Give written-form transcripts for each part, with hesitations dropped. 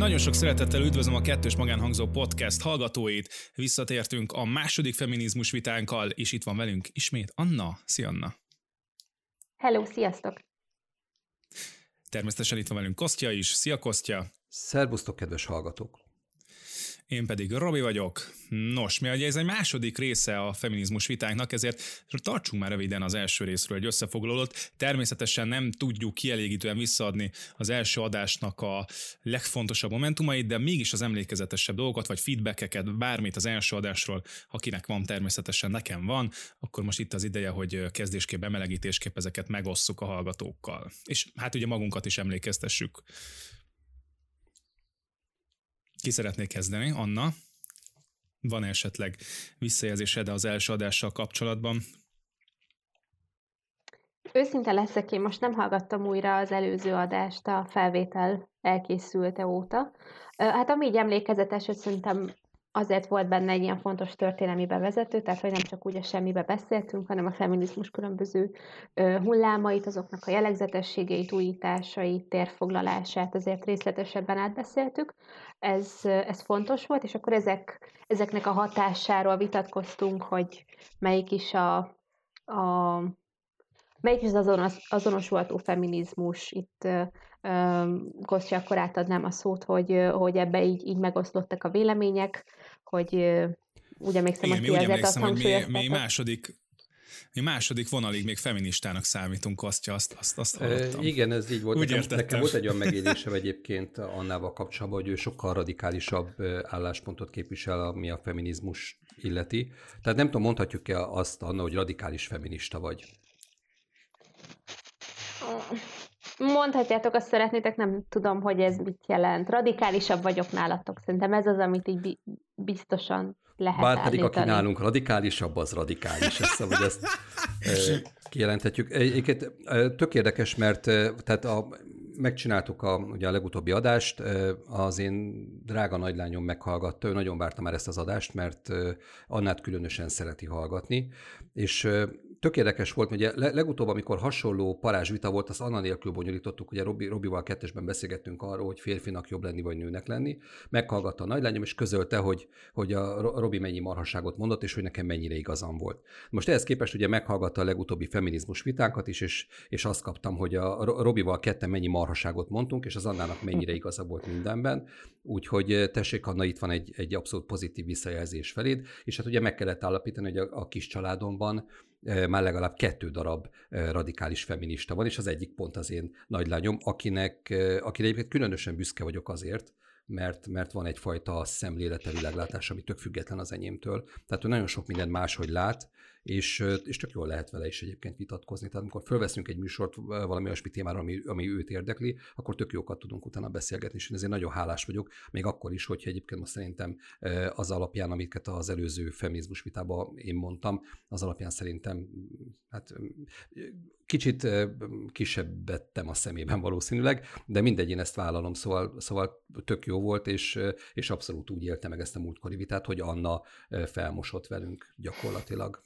Nagyon sok szeretettel üdvözlöm a Kettős Magánhangzó Podcast hallgatóit. Visszatértünk a második feminizmus vitánkkal, és itt van velünk ismét Anna. Szia, Anna! Hello, sziasztok! Természetesen itt van velünk Kostya is. Szia, Kostya! Szervusztok, kedves hallgatók! Én pedig Robi vagyok. Nos, mivel ez egy második része a feminizmus vitánknak, ezért tartsunk már röviden az első részről egy összefoglalót. Természetesen nem tudjuk kielégítően visszaadni az első adásnak a legfontosabb momentumait, de mégis az emlékezetesebb dolgokat, vagy feedbackeket, bármit az első adásról, akinek van, természetesen nekem van, akkor most itt az ideje, hogy kezdésképp, bemelegítésképp ezeket megosszuk a hallgatókkal. És hát ugye magunkat is emlékeztessük. Ki szeretné kezdeni? Anna? Van esetleg visszajelzésed az első adással kapcsolatban? Őszinte leszek, én most nem hallgattam újra az előző adást a felvétel elkészülte óta. Hát ami így emlékezetes, hogy szerintem azért volt benne egy ilyen fontos történelmi bevezető, tehát hogy nem csak úgy a semmibe beszéltünk, hanem a feminizmus különböző hullámait, azoknak a jellegzetességeit, újításait, térfoglalását azért részletesebben átbeszéltük. Ez fontos volt, és akkor ezeknek a hatásáról vitatkoztunk, hogy melyik is melyik is az azonosulható feminizmus. Itt Kostya, akkor átadnám a szót, hogy ebbe így megoszlottak a vélemények, hogy úgy emlékszem, hogy ti ezért azt hangsúlyoztátok. Mi második vonalig még feministának számítunk, Kostya, azt hallottam. Igen, ez így volt. Nekem volt egy olyan megélésem egyébként Annával kapcsolatban, hogy ő sokkal radikálisabb álláspontot képvisel, ami a feminizmus illeti. Tehát nem tudom, mondhatjuk-e azt, Anna, hogy radikális feminista vagy? Mondhatjátok, azt szeretnétek, nem tudom, hogy ez mit jelent. Radikálisabb vagyok nálatok. Szerintem ez az, amit így biztosan lehet Bár pedig állítani. aki nálunk radikálisabb, az radikális. Szóval ezt kijelenthetjük. Egyébként tök érdekes, mert tehát megcsináltuk ugye a legutóbbi adást, az én drága nagylányom meghallgatta, ő nagyon várta már ezt az adást, mert Annát különösen szereti hallgatni, és tök érdekes volt, ugye legutóbb, amikor hasonló parázsvita volt, azt Anna nélkül bonyolítottuk, ugye Robival kettesben beszélgettünk arról, hogy férfinak jobb lenni, vagy nőnek lenni. Meghallgatta a nagylányom, és közölte, hogy a Robi mennyi marhaságot mondott, és hogy nekem mennyire igazam volt. Most ehhez képest ugye meghallgatta a legutóbbi feminizmus vitánkat is, és azt kaptam, hogy a Robival ketten mennyi marhaságot mondtunk, és az Annának mennyire igaza volt mindenben. Úgyhogy tessék, Anna, itt van egy abszolút pozitív visszajelzés feléd, és hát ugye meg kellett állapítani, hogy a kis családomban már legalább 2 darab radikális feminista van, és az egyik pont az én nagylányom, akire egyébként különösen büszke vagyok azért, mert van egyfajta szemlélete, világlátás, ami tök független az enyémtől. Tehát ő nagyon sok mindent máshogy lát, és tök jól lehet vele is egyébként vitatkozni. Tehát amikor fölveszünk egy műsort valami olyasmi témára, ami őt érdekli, akkor tök jókat tudunk utána beszélgetni, és én ezért nagyon hálás vagyok, még akkor is, hogyha egyébként most szerintem az alapján, amiket az előző feminizmus vitában én mondtam, az alapján szerintem hát kicsit kisebbettem a szemében valószínűleg, de mindegy, én ezt vállalom, szóval tök jó volt, és abszolút úgy élte meg ezt a múltkori vitát, hogy Anna felmosott velünk gyakorlatilag.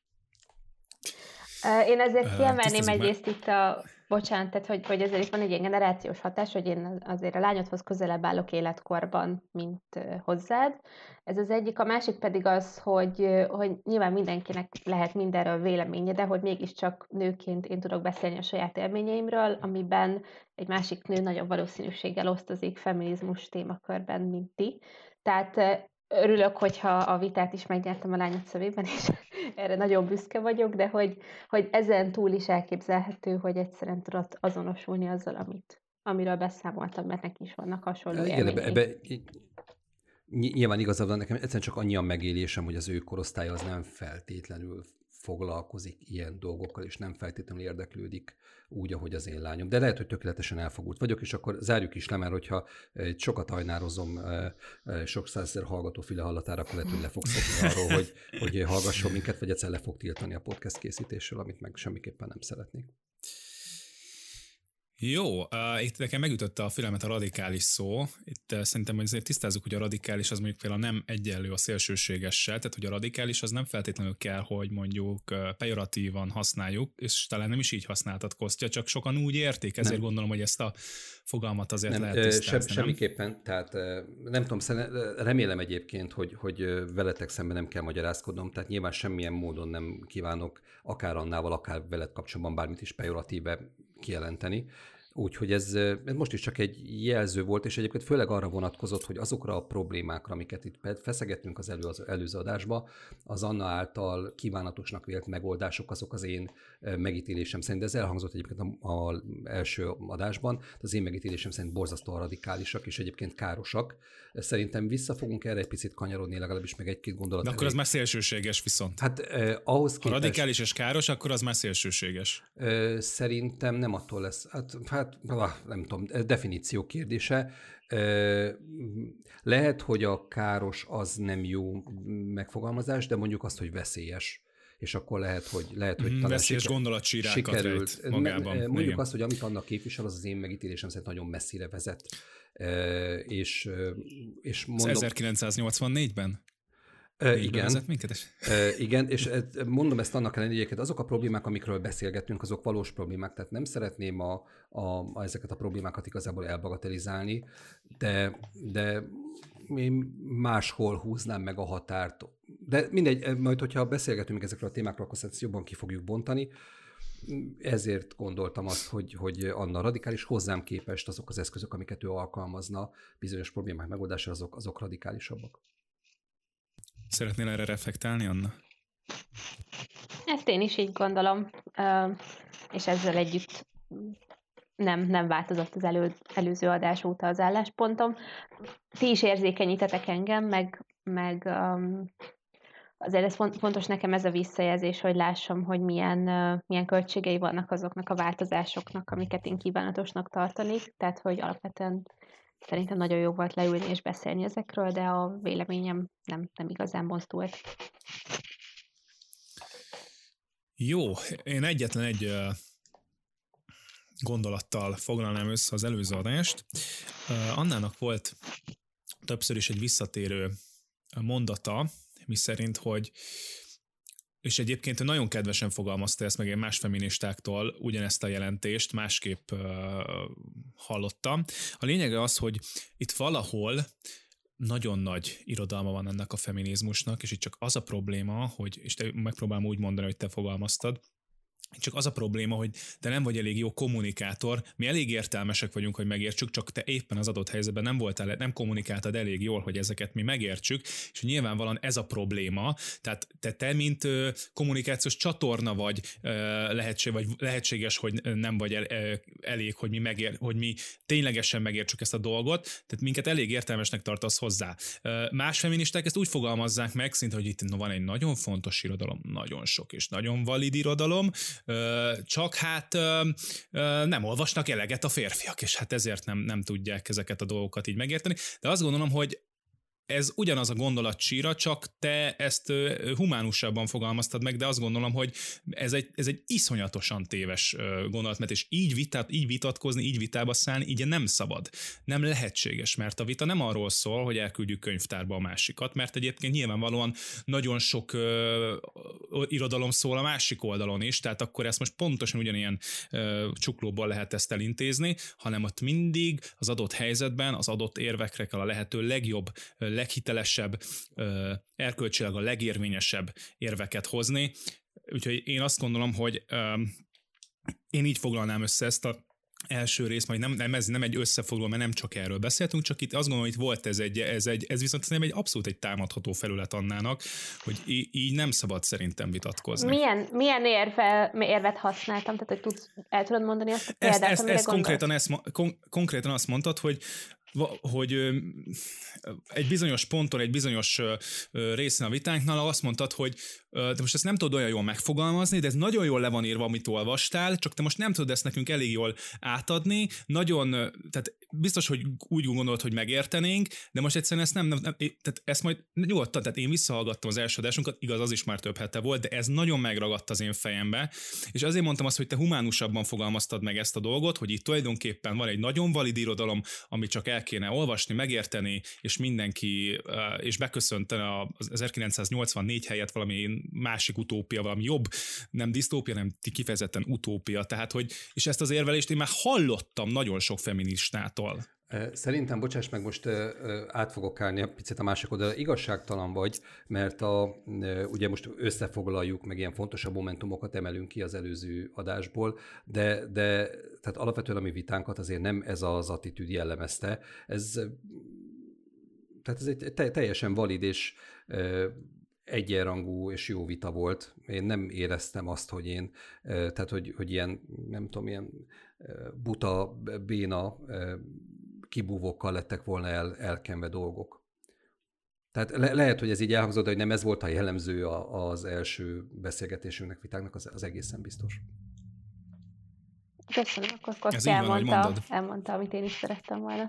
Én azért kiemelném egyrészt itt bocsánat, tehát hogy ezért van egy ilyen generációs hatás, hogy én azért a lányodhoz közelebb állok életkorban, mint hozzád. Ez az egyik, a másik pedig az, hogy nyilván mindenkinek lehet mindenről véleménye, de hogy mégiscsak nőként én tudok beszélni a saját élményeimről, amiben egy másik nő nagyobb valószínűséggel osztozik feminizmus témakörben, mint ti. Tehát örülök, hogyha a vitát is megnyertem a lányod szövében, és erre nagyon büszke vagyok, de hogy ezen túl is elképzelhető, hogy egyszerűen tudod azonosulni azzal, amiről beszámoltam, mert neki is vannak hasonló élményei. Nyilván igazad van, nekem egyszerűen csak annyi a megélésem, hogy az ő korosztálya az nem feltétlenül foglalkozik ilyen dolgokkal, és nem feltétlenül érdeklődik úgy, ahogy az én lányom. De lehet, hogy tökéletesen elfogult vagyok, és akkor zárjuk is le, mert hogyha sokat hajnározom sok százezer hallgató füle hallatára, akkor lehet, hogy le fog szokni arról, hogy hallgasson minket, vagy egyszer le fog tiltani a podcast készítésről, amit meg semmiképpen nem szeretnék. Jó, itt nekem megütötte a fülemet a radikális szó. Itt szerintem azért tisztázzuk, hogy a radikális az mondjuk például nem egyenlő a szélsőségessel, tehát hogy a radikális az nem feltétlenül kell, hogy mondjuk pejoratívan használjuk, és talán nem is így használtad, Kostya, csak sokan úgy érték, ezért nem. Gondolom, hogy ezt a fogalmat azért nem, lehet tisztázni. Semmiképpen, tehát nem tudom, remélem egyébként, hogy veletek szemben nem kell magyarázkodnom, tehát nyilván semmilyen módon nem kívánok akár Annával, akár veled kapcsolatban bármit is pejoratíve kijelenteni. Úgyhogy ez most is csak egy jelző volt, és egyébként főleg arra vonatkozott, hogy azokra a problémákra, amiket itt feszegettünk az előző adásba, az Anna által kívánatosnak vélt megoldások, azok az én megítélésem szerint, de ez elhangzott egyébként az első adásban, de az én megítélésem szerint borzasztóan radikálisak, és egyébként károsak. Szerintem vissza fogunk erre egy picit kanyarodni, legalábbis meg egy-két gondolat. De akkor az már szélsőséges viszont. Hát ahhoz képest... Ha radikális és káros, akkor az már szélsőséges. Szerintem nem attól lesz. Hát nem tudom, definíció kérdése. Lehet, hogy a káros az nem jó megfogalmazás, de mondjuk azt, hogy veszélyes. És akkor lehet, hogy talán veszélyes gondolatsírákat rejt magában. Mondjuk igen. Azt, hogy amit annak képvisel, az én megítélésem szerint nagyon messzire vezet. És mondom... 1984-ben? Igen. Igen, és mondom ezt annak ellenére, hogy azok a problémák, amikről beszélgetünk, azok valós problémák, tehát nem szeretném ezeket a problémákat igazából elbagatelizálni, de én máshol húznám meg a határt. De mindegy, majd hogyha beszélgetünk ezekről a témákról, akkor ezt jobban ki fogjuk bontani. Ezért gondoltam azt, hogy Anna radikális, hozzám képest azok az eszközök, amiket ő alkalmazna bizonyos problémák megoldására, azok radikálisabbak. Szeretnél erre reflektálni, Anna? Ezt én is így gondolom, és ezzel együtt nem változott az előző adás óta az álláspontom. Ti is érzékenyítetek engem, meg azért ez fontos nekem ez a visszajelzés, hogy lássam, hogy milyen költségei vannak azoknak a változásoknak, amiket én kívánatosnak tartanék, tehát hogy alapvetően szerintem nagyon jó volt leülni és beszélni ezekről, de a véleményem nem igazán mozdult. Jó, én egyetlen egy gondolattal foglalnám össze az előző adást. Annának volt többször is egy visszatérő mondata, miszerint, hogy és egyébként nagyon kedvesen fogalmazta ezt, meg én más feministáktól ugyanezt a jelentést másképp hallottam. A lényege az, hogy itt valahol nagyon nagy irodalma van ennek a feminizmusnak, és itt csak az a probléma, hogy, és te megpróbálom úgy mondani, hogy te fogalmaztad, csak az a probléma, hogy te nem vagy elég jó kommunikátor, mi elég értelmesek vagyunk, hogy megértsük, csak te éppen az adott helyzetben nem kommunikáltad elég jól, hogy ezeket mi megértsük, és nyilvánvalóan ez a probléma, tehát te mint kommunikációs csatorna vagy lehetséges, hogy nem vagy elég, hogy mi ténylegesen megértsük ezt a dolgot, tehát minket elég értelmesnek tartasz hozzá. Más feministák ezt úgy fogalmazzák meg, szinte, hogy itt van egy nagyon fontos irodalom, nagyon sok és nagyon valid irodalom, csak hát nem olvasnak eleget a férfiak, és hát ezért nem tudják ezeket a dolgokat így megérteni. De azt gondolom, hogy ez ugyanaz a gondolatcsíra, csak te ezt humánusabban fogalmaztad meg, de azt gondolom, hogy ez egy iszonyatosan téves gondolat, mert és így vitatkozni, így vitába szállni, így nem szabad. Nem lehetséges, mert a vita nem arról szól, hogy elküldjük könyvtárba a másikat, mert egyébként nyilvánvalóan nagyon sok irodalom szól a másik oldalon is, tehát akkor ezt most pontosan ugyanilyen csuklóból lehet ezt elintézni, hanem ott mindig az adott helyzetben, az adott érvekre kell a lehető legjobb, leghitelesebb, erkölcsileg a legérvényesebb érveket hozni. Úgyhogy én azt gondolom, hogy én így foglalnám össze ezt a első részt, majd ez nem egy összefoglaló, mert nem csak erről beszéltünk, csak itt azt gondolom, hogy volt ez viszont nem egy abszolút egy támadható felület Annának, hogy így nem szabad szerintem vitatkozni. Milyen érvet használtam? Tehát, hogy el tudod mondani azt a példát, amire gondolsz? Konkrétan azt mondtad, hogy egy bizonyos ponton, egy bizonyos részén a vitánknál azt mondtad, hogy te most ezt nem tudod olyan jól megfogalmazni, de ez nagyon jól le van írva, amit olvastál, csak te most nem tudod ezt nekünk elég jól átadni, tehát biztos, hogy úgy gondolod, hogy megértenénk, de most egyszerűen ezt nem tehát ezt majd nyugodtan, tehát én visszahallgattam az első adásunkat, igaz, az is már több hete volt, de ez nagyon megragadt az én fejembe, és azért mondtam azt, hogy te humánusabban fogalmaztad meg ezt a dolgot, hogy itt tulajdonképpen van egy nagyon valid irodalom, amit csak el kéne olvasni, megérteni, és mindenki, és beköszöntene az 1984 helyett valami másik utópia, valami jobb, nem disztópia, nem kifejezetten utópia, tehát hogy, és ezt az érvelést én már hallottam nagyon sok feministától. Szerintem, bocsáss meg, most át fogok állni a picit a másik oldalra. Igazságtalan vagy, mert ugye most összefoglaljuk, meg ilyen fontosabb momentumokat emelünk ki az előző adásból, de tehát alapvetően a mi vitánkat azért nem ez az attitűd jellemezte. Tehát ez egy teljesen valid és egyenrangú és jó vita volt. Én nem éreztem azt, hogy én, tehát hogy ilyen, nem tudom, ilyen buta, béna kibúvókkal lettek volna elkenve dolgok. Tehát lehet, hogy ez így elhangzott, de hogy nem ez volt a jellemző az első beszélgetésünknek, vitáknak, az egészen biztos. Köszönöm, akkor Koszti elmondta, amit én is szerettem volna.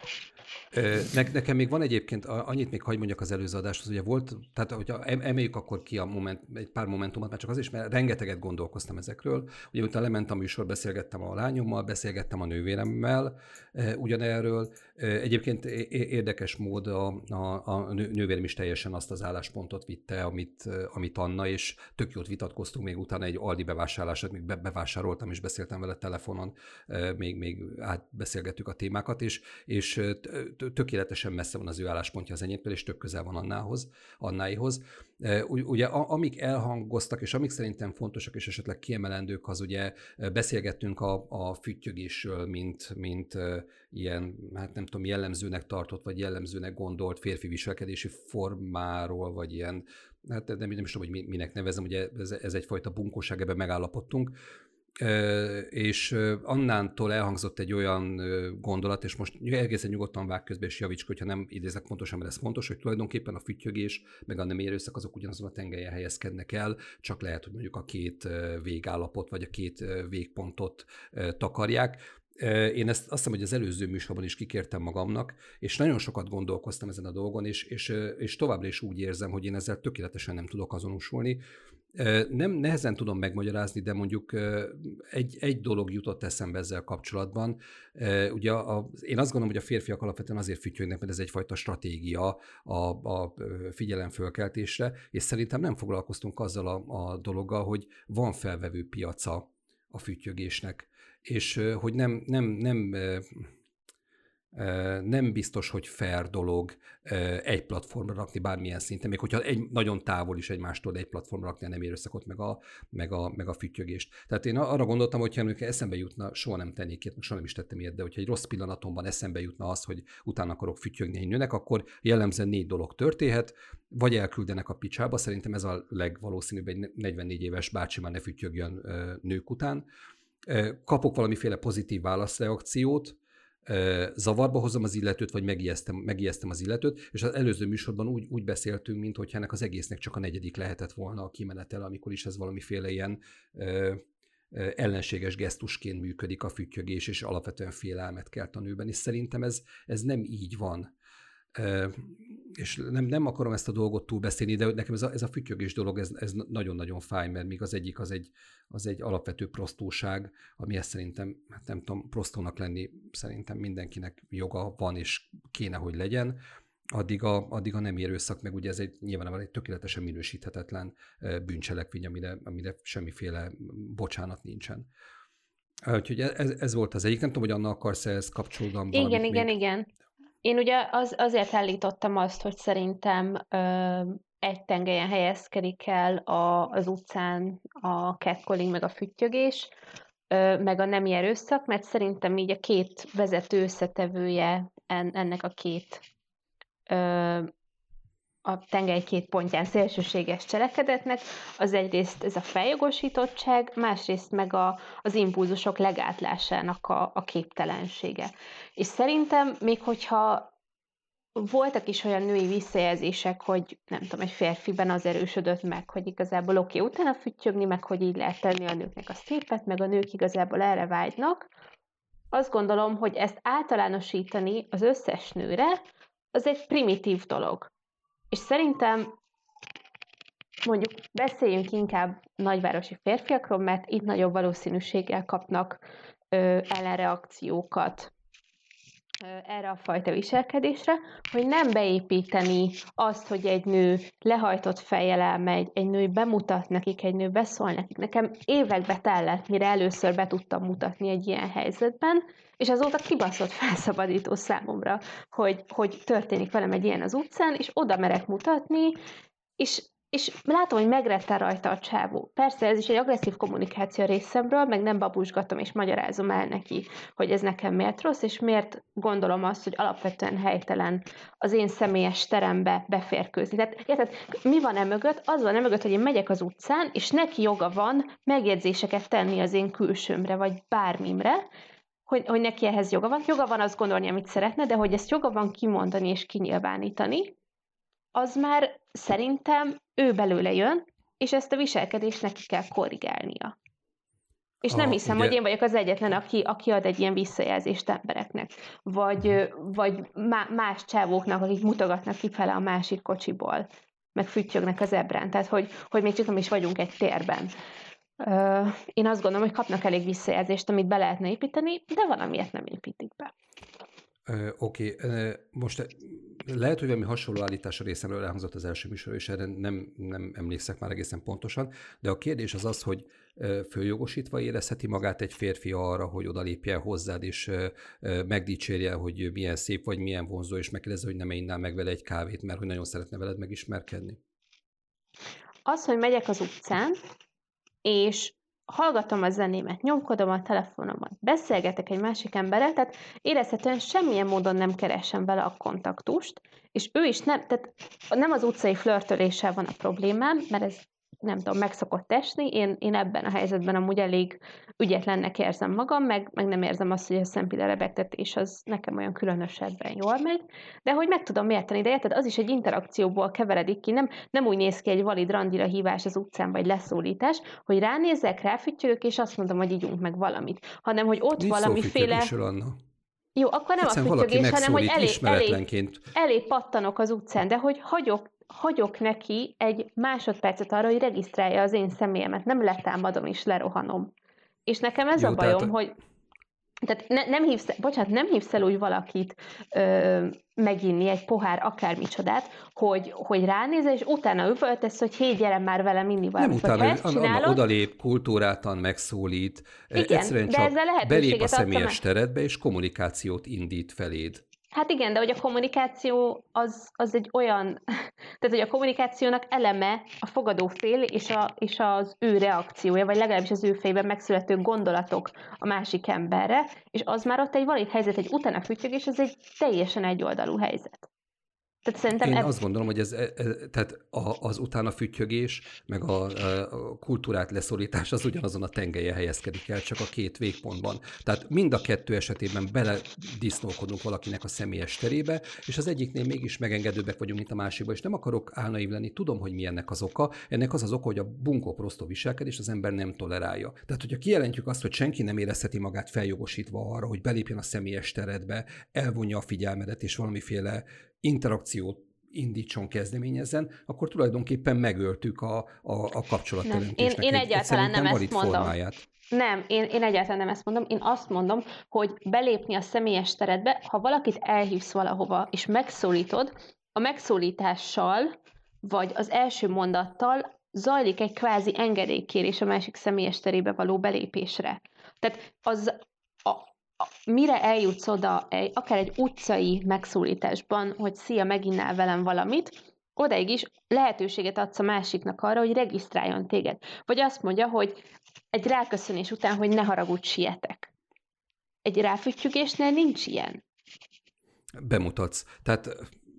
Nekem még van egyébként, annyit még hagy mondjak az előző adáshoz, ugye volt, tehát hogyha emeljük akkor ki egy pár momentumot, már csak az is, mert rengeteget gondolkoztam ezekről. Ugye utána lement a műsor, beszélgettem a lányommal, beszélgettem a nővéremmel ugyanerről. Egyébként érdekes mód a nővérem is teljesen azt az álláspontot vitte, amit Anna, és tök jót vitatkoztunk még utána egy Aldi bevásárlását, még bevásároltam, és beszéltem vele telefonon, még átbeszélgettük a témákat, és tökéletesen messze van az ő álláspontja az enyémtől, és tök közel van Annáihoz. Ugye amik elhangoztak, és amik szerintem fontosak, és esetleg kiemelendők, az ugye beszélgettünk a füttyögésről, mint ilyen, hát nem tudom, jellemzőnek tartott, vagy jellemzőnek gondolt férfi viselkedési formáról, vagy ilyen, hát nem is tudom, hogy minek nevezem, ugye ez egyfajta bunkóság, ebben megállapodtunk. És Annától elhangzott egy olyan gondolat, és most egészen nyugodtan vág közbe, és javíts, hogyha nem idézek pontosan, mert ez fontos, hogy tulajdonképpen a füttyögés, meg a nem erőszak, azok ugyanazon a tengelyen helyezkednek el, csak lehet, hogy mondjuk a két végállapot, vagy a két végpontot takarják. Én azt hiszem, hogy az előző műsorban is kikértem magamnak, és nagyon sokat gondolkoztam ezen a dolgon, és továbbra is úgy érzem, hogy én ezzel tökéletesen nem tudok azonosulni. Nem nehezen tudom megmagyarázni, de mondjuk egy dolog jutott eszembe ezzel kapcsolatban. Ugye én azt gondolom, hogy a férfiak alapvetően azért füttyögnek, mert ez egyfajta stratégia a figyelemfölkeltésre, és szerintem nem foglalkoztunk azzal a dologgal, hogy van felvevő piaca a füttyögésnek, és hogy nem biztos, hogy fair dolog egy platformra rakni bármilyen szinten, még hogyha nagyon távol is egymástól egy platformra rakni a nem erőszakot, meg a füttyögést. Tehát én arra gondoltam, hogyha eszembe jutna, soha nem tennék ilyet, soha nem is tettem ilyet, de hogyha egy rossz pillanatomban eszembe jutna az, hogy utána akarok füttyögni egy nőnek, akkor jellemzően 4 dolog történhet, vagy elküldenek a picsába, szerintem ez a legvalószínűbb, egy 44 éves bácsi már ne füttyögjön nők után. Kapok valamiféle pozitív válaszreakciót, zavarba hozom az illetőt, vagy megijesztem az illetőt, és az előző műsorban úgy beszéltünk, mintha ennek az egésznek csak a 4. lehetett volna a kimenetele, amikor is ez valamiféle ilyen ellenséges gesztusként működik a füttyögés, és alapvetően félelmet kelt a nőben, és szerintem ez nem így van. És nem akarom ezt a dolgot túlbeszélni, de nekem ez a füttyögés dolog, ez nagyon-nagyon fáj, mert még az egyik az egy alapvető prostóság, ami ezt szerintem, hát nem tudom, prostónak lenni szerintem mindenkinek joga van, és kéne, hogy legyen, addig a nem erőszak, meg ugye ez nyilván egy tökéletesen minősíthetetlen bűncselekmény, amire semmiféle bocsánat nincsen. Úgyhogy ez volt az egyik. Nem tudom, hogy Anna, akarsz ezt kapcsolódni? Igen. Én ugye azért állítottam azt, hogy szerintem egy tengelyen helyezkedik el az utcán a catcalling, meg a füttyögés, meg a nemi erőszak, mert szerintem így a két vezető összetevője ennek a két a tengely két pontján szélsőséges cselekedetnek, az egyrészt ez a feljogosítottság, másrészt meg az impulzusok legátlásának a képtelensége. És szerintem még hogyha voltak is olyan női visszajelzések, hogy nem tudom, egy férfiben az erősödött meg, hogy igazából oké, utána füttyögni, meg hogy így lehet tenni a nőknek a szépet, meg a nők igazából erre vágynak, azt gondolom, hogy ezt általánosítani az összes nőre, az egy primitív dolog. És szerintem mondjuk beszéljünk inkább nagyvárosi férfiakról, mert itt nagyobb valószínűséggel kapnak ellenreakciókat erre a fajta viselkedésre, hogy nem beépíteni azt, hogy egy nő lehajtott fejjel elmegy, egy nő bemutat nekik, egy nő beszól nekik. Nekem évekbe tellett, mire először be tudtam mutatni egy ilyen helyzetben, és azóta kibaszott felszabadító számomra, hogy történik velem egy ilyen az utcán, és oda merek mutatni, és látom, hogy megretten rajta a csávó. Persze ez is egy agresszív kommunikáció részemről, meg nem babusgatom és magyarázom el neki, hogy ez nekem miért rossz, és miért gondolom azt, hogy alapvetően helytelen az én személyes terembe beférkőzni. Tehát érted, mi van emögött? Az van emögött, hogy én megyek az utcán, és neki joga van megjegyzéseket tenni az én külsőmre, vagy bármimre, hogy neki ehhez joga van. Joga van azt gondolni, amit szeretne, de hogy ezt joga van kimondani és kinyilvánítani, az már szerintem ő belőle jön, és ezt a viselkedést neki kell korrigálnia. És nem hiszem, hogy én vagyok az egyetlen, aki ad egy ilyen visszajelzést embereknek. Vagy más csávóknak, akik mutogatnak kifele a másik kocsiból, meg füttyögnek az ebrán. Tehát, hogy még csak nem is vagyunk egy térben. Én azt gondolom, hogy kapnak elég visszajelzést, amit be lehetne építeni, de valamiért nem építik be. Oké. Most lehet, hogy valami hasonló állítás a részemről elhangzott az első műsor, és erre nem emlékszek már egészen pontosan, de a kérdés az, hogy följogosítva érezheti magát egy férfi arra, hogy odalépjen hozzád, és megdicsérje, hogy milyen szép vagy, milyen vonzó, és megkérdezze, hogy nem innál meg vele egy kávét, mert hogy nagyon szeretne veled megismerkedni? Az, hogy megyek az utcán, és hallgatom a zenémet, nyomkodom a telefonomat, beszélgetek egy másik emberrel, tehát érezhetően semmilyen módon nem keresem vele a kontaktust, és ő is tehát nem az utcai flörtöléssel van a problémám, mert ez nem tudom, meg szokott esni, én ebben a helyzetben amúgy elég ügyetlennek érzem magam, meg nem érzem azt, hogy a szempilla lebegtetés az nekem olyan különösebben jól megy, de hogy meg tudom érteni, de érted, az is egy interakcióból keveredik ki, nem úgy néz ki egy valid randira hívás az utcán, vagy leszólítás, hogy ránézek, ráfüttyölök, és azt mondom, hogy ígyunk meg valamit, hanem hogy ott valamiféle... Jó, akkor nem egyszerűen a füttyögés, hanem hogy elé pattanok az utcán, de hogy hagyok neki egy másodpercet arra, hogy regisztrálja az én személyemet. Nem letámadom és lerohanom. És nekem ez a bajom, hogy tehát nem hívsz el úgy valakit meginni egy pohár akármicsodát, hogy ránézel, és utána üvöltesz, hogy hé, gyere már velem inni valamit. Nem utána, odalép, kultúrátan megszólít, igen, egyszerűen csak belép a személyes teredbe, és kommunikációt indít feléd. Hát igen, de hogy a kommunikáció az egy olyan, tehát hogy a kommunikációnak eleme a fogadó fél és az ő reakciója, vagy legalábbis az ő fejében megszülető gondolatok a másik emberre, és az már ott egy valid helyzet, egy utána füttyögés, az egy teljesen egyoldalú helyzet. Tehát szerintem én azt gondolom, hogy tehát az utána füttyögés, meg a kultúrát leszorítás az ugyanazon a tengelyen helyezkedik el, csak a két végpontban. Tehát mind a kettő esetében beledisznókodunk valakinek a személyes terébe, és az egyiknél mégis megengedőbbek vagyunk, mint a másikban, és nem akarok álnaív lenni, tudom, hogy mi ennek az oka. Ennek az oka, hogy a bunkó prostó viselkedés az ember nem tolerálja. Tehát, hogyha kijelentjük azt, hogy senki nem érezheti magát feljogosítva arra, hogy belépjen a személyes teredbe, elvonja a figyelmedet, és valamiféle interakciót indítson, kezdeményezzen, akkor tulajdonképpen megöltük a kapcsolatteremtésnek én egyáltalán nem ezt mondom. Formáját. Nem, én egyáltalán nem ezt mondom. Én azt mondom, hogy belépni a személyes teredbe, ha valakit elhívsz valahova, és megszólítod, a megszólítással, vagy az első mondattal zajlik egy kvázi engedélykérés a másik személyes terébe való belépésre. Tehát mire eljutsz oda, akár egy utcai megszólításban, hogy szia, meginnál velem valamit, odaig is lehetőséget adsz a másiknak arra, hogy regisztráljon téged. Vagy azt mondja, hogy egy ráköszönés után, hogy ne haragudj, sietek. Egy ráfüttyögésnél nincs ilyen. Bemutatsz. Tehát...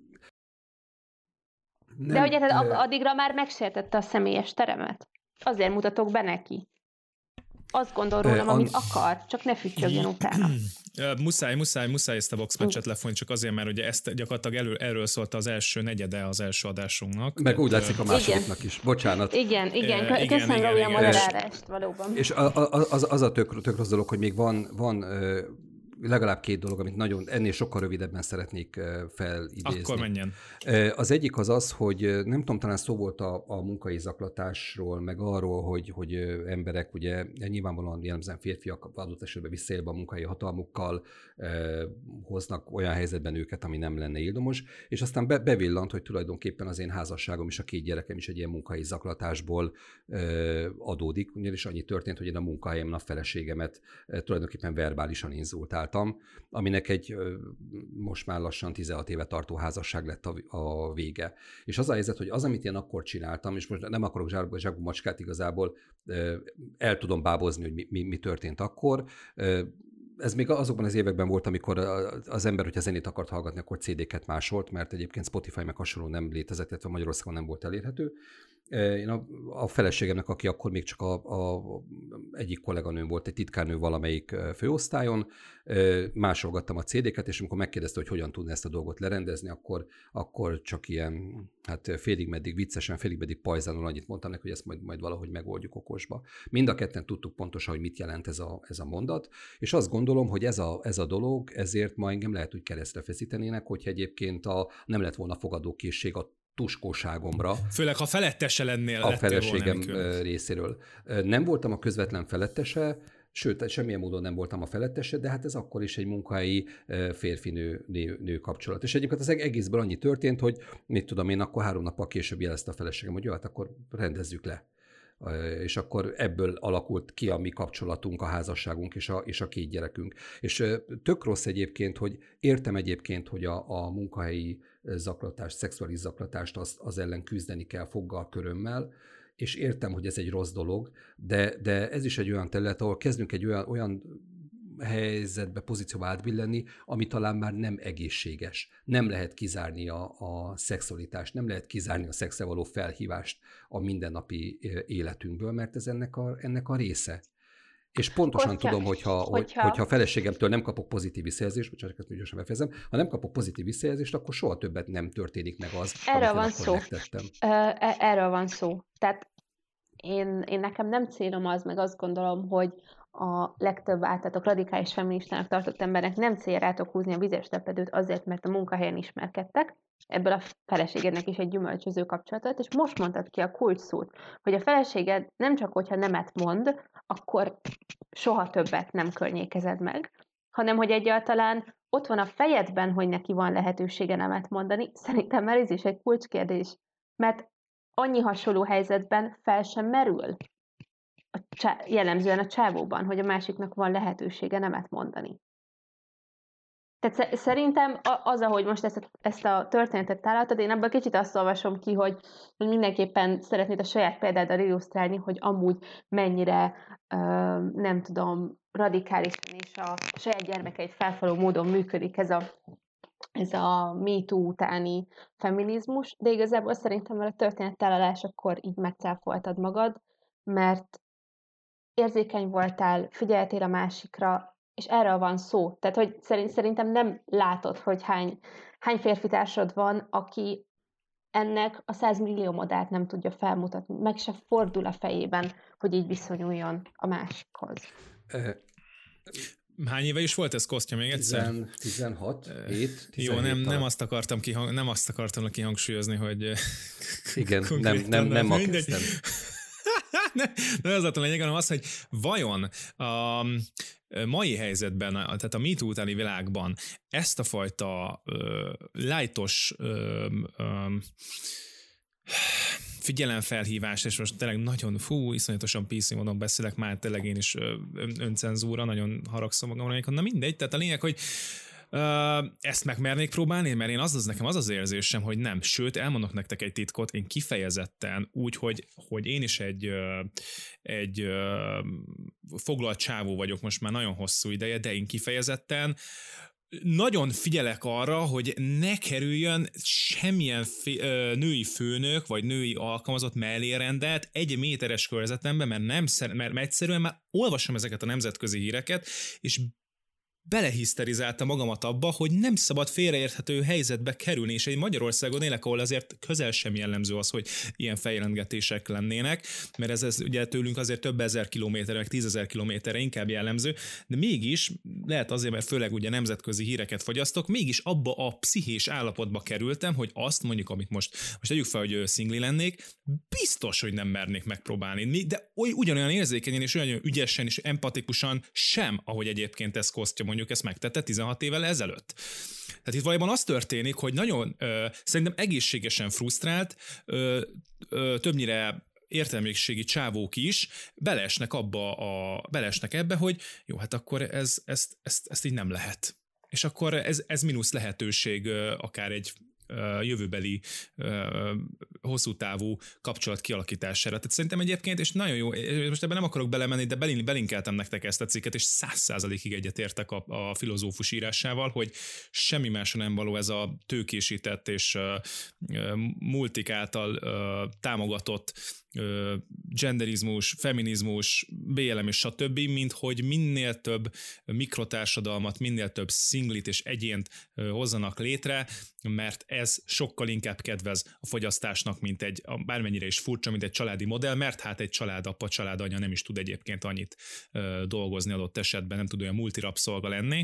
Nem, de hogy addigra már megsértette a személyes teremet. Azért mutatok be neki. Azt gondol rólam, amit akar, csak ne füttyögjön utána. Muszáj ezt a boxmatchet lefonni, csak azért, mert ugye ezt gyakorlatilag erről szólt az első negyede az első adásunknak. Meg úgy látszik a másodiknak is. Bocsánat. Igen. Köszönöm Robi a moderálást, valóban. És az a tök rossz dolog, hogy még van legalább 2 dolog, amit nagyon ennél sokkal rövidebben szeretnék felidézni. Akkor menjen. Az egyik az, hogy nem tudom, talán szó volt a munkai zaklatásról, meg arról, hogy emberek ugye nyilvánvalóan jellemzően férfiak adott esetben visszaélve a munkai hatalmukkal hoznak olyan helyzetben őket, ami nem lenne ildomos, és aztán bevillant, hogy tulajdonképpen az én házasságom és a 2 gyerekem is egy ilyen munkai zaklatásból adódik, ugyanis annyi történt, hogy én a munkahelyemen a feleségemet tulajdonképpen verbálisan inzultáltam, aminek egy most már lassan 16 éve tartó házasság lett a vége. És az a helyzet, hogy az, amit én akkor csináltam, és most nem akarok zsákba macskát igazából, el tudom bábozni, hogy mi történt akkor. Ez még azokban az években volt, amikor az ember, hogyha zenét akart hallgatni, akkor CD-ket másolt, mert egyébként Spotify meg hasonló nem létezett, illetve Magyarországon nem volt elérhető. Én a feleségemnek, aki akkor még csak egyik kolléganőm volt, egy titkárnő valamelyik főosztályon, másolgattam a CD-ket, és amikor megkérdezte, hogy hogyan tudna ezt a dolgot lerendezni, akkor csak ilyen, hát félig meddig viccesen, félig meddig pajzánul annyit mondtam neki, hogy ezt majd valahogy megoldjuk okosba. Mind a ketten tudtuk pontosan, hogy mit jelent ez a mondat, és azt gondolom, hogy ez a dolog, ezért ma engem lehet, hogy keresztre feszítenének, hogyha egyébként nem lett volna fogadókészség a tuskóságomra. Főleg, ha felettese lennél. A feleségem részéről. Nem voltam a közvetlen felettese, sőt, semmilyen módon nem voltam a felettese, de hát ez akkor is egy munkahelyi férfi-nő kapcsolat. És egyébként az egészből annyi történt, hogy mit tudom én, akkor 3 nappal később jelezte a feleségem, hogy jó, hát akkor rendezzük le. És akkor ebből alakult ki a mi kapcsolatunk, a házasságunk és a 2 gyerekünk. És tök rossz egyébként, hogy értem egyébként, hogy a munkahelyi zaklatást, szexuális zaklatást az ellen küzdeni kell foggal, körömmel, és értem, hogy ez egy rossz dolog, de ez is egy olyan terület, ahol kezdünk egy olyan helyzetbe, pozícióba átbillenni, ami talán már nem egészséges. Nem lehet kizárni a szexualitást, nem lehet kizárni a szexre való felhívást a mindennapi életünkből, mert ez ennek a része. És pontosan tudom, hogyha a feleségemtől nem kapok pozitív visszajelzést, bocsánat, ezt gyorsan befejezem, ha nem kapok pozitív visszajelzést, akkor soha többet nem történik meg az, erről van szó. Erről van szó. Tehát én nekem nem célom az, meg azt gondolom, hogy a legtöbb általatok radikális feministának tartott embernek nem cél rátok húzni a vizes lepedőt azért, mert a munkahelyen ismerkedtek, ebből a feleségednek is egy gyümölcsöző kapcsolatot, és most mondtad ki a kulcs szót, hogy a feleséged nem csak, hogyha nemet mond, akkor soha többet nem környékezed meg, hanem hogy egyáltalán ott van a fejedben, hogy neki van lehetősége nemet mondani. Szerintem már ez is egy kulcskérdés, mert annyi hasonló helyzetben fel sem merül jellemzően a csávóban, hogy a másiknak van lehetősége nemet mondani. Tehát szerintem az, ahogy most ezt a történetet találtad, én abban kicsit azt olvasom ki, hogy mindenképpen szeretnéd a saját példáddal illusztrálni, hogy amúgy mennyire, nem tudom, radikálisan és a saját gyermekeit felfaló módon működik ez a MeToo utáni feminizmus, de igazából szerintem a történettálalásakor így megcáfoltad magad, mert érzékeny voltál, figyeltél a másikra, és erről van szó. Tehát, hogy szerintem nem látod, hogy hány férfitársad van, aki ennek a 100 millió modát nem tudja felmutatni, meg se fordul a fejében, hogy így viszonyuljon a másikhoz. Hány éve is volt ez, Kostya, még egyszer? 16, 7, 17. Jó, nem azt akartam kihangsúlyozni, hogy... Igen, nem ma kezdtem. De az a lényeg, hanem az, hogy vajon a mai helyzetben, tehát a MeToo utáni világban ezt a fajta lightos figyelemfelhívás, és most tényleg nagyon, iszonyatosan PC módon beszélek, már tényleg én is öncenzúra, nagyon haragszom magamra, na mindegy, tehát a lényeg, hogy ezt megmernék próbálni, mert nekem az az érzésem, hogy nem. Sőt, elmondok nektek egy titkot, én kifejezetten úgy, hogy én is egy foglalt csávó vagyok most már nagyon hosszú ideje, de én kifejezetten nagyon figyelek arra, hogy ne kerüljön semmilyen női főnök, vagy női alkalmazott mellé rendelt 1 méteres körzetemben, mert egyszerűen már olvasom ezeket a nemzetközi híreket, és belehiszterizálta magamat abba, hogy nem szabad félreérthető helyzetbe kerülni, és egy Magyarországon élek, ahol azért közel sem jellemző az, hogy ilyen feljelentgetések lennének, mert ez ugye tőlünk azért több ezer kilométerre, meg 10 000 kilométerre inkább jellemző, de mégis, lehet azért, mert főleg ugye nemzetközi híreket fogyasztok, mégis abba a pszichés állapotba kerültem, hogy azt mondjuk, amit most tegyük fel, hogy szingli lennék, biztos, hogy nem mernék megpróbálni, de ugyanolyan érzékenyen és olyan ügyesen és empatikusan sem, ahogy egyébként ez Kostya mondjuk ezt megtette 16 évvel ezelőtt. Tehát itt valójában az történik, hogy nagyon szerintem egészségesen frusztrált, többnyire értelmiségi csávók is beleesnek ebbe, hogy jó, hát akkor ezt így nem lehet. És akkor ez mínusz lehetőség akár egy jövőbeli hosszú távú kapcsolat kialakítására. Tehát szerintem egyébként, és nagyon jó, most ebben nem akarok belemenni, de belinkeltem nektek ezt a cikket, és 100%-ig egyetértek a filozófus írásával, hogy semmi másra nem való ez a tőkésített és multik által támogatott genderizmus, feminizmus, BLM és stb., mint hogy minél több mikrotársadalmat, minél több szinglit és egyént hozzanak létre, mert ez sokkal inkább kedvez a fogyasztásnak, mint bármennyire is furcsa, mint egy családi modell, mert hát egy családapa, családanya nem is tud egyébként annyit dolgozni adott esetben, nem tud olyan multirabszolga lenni.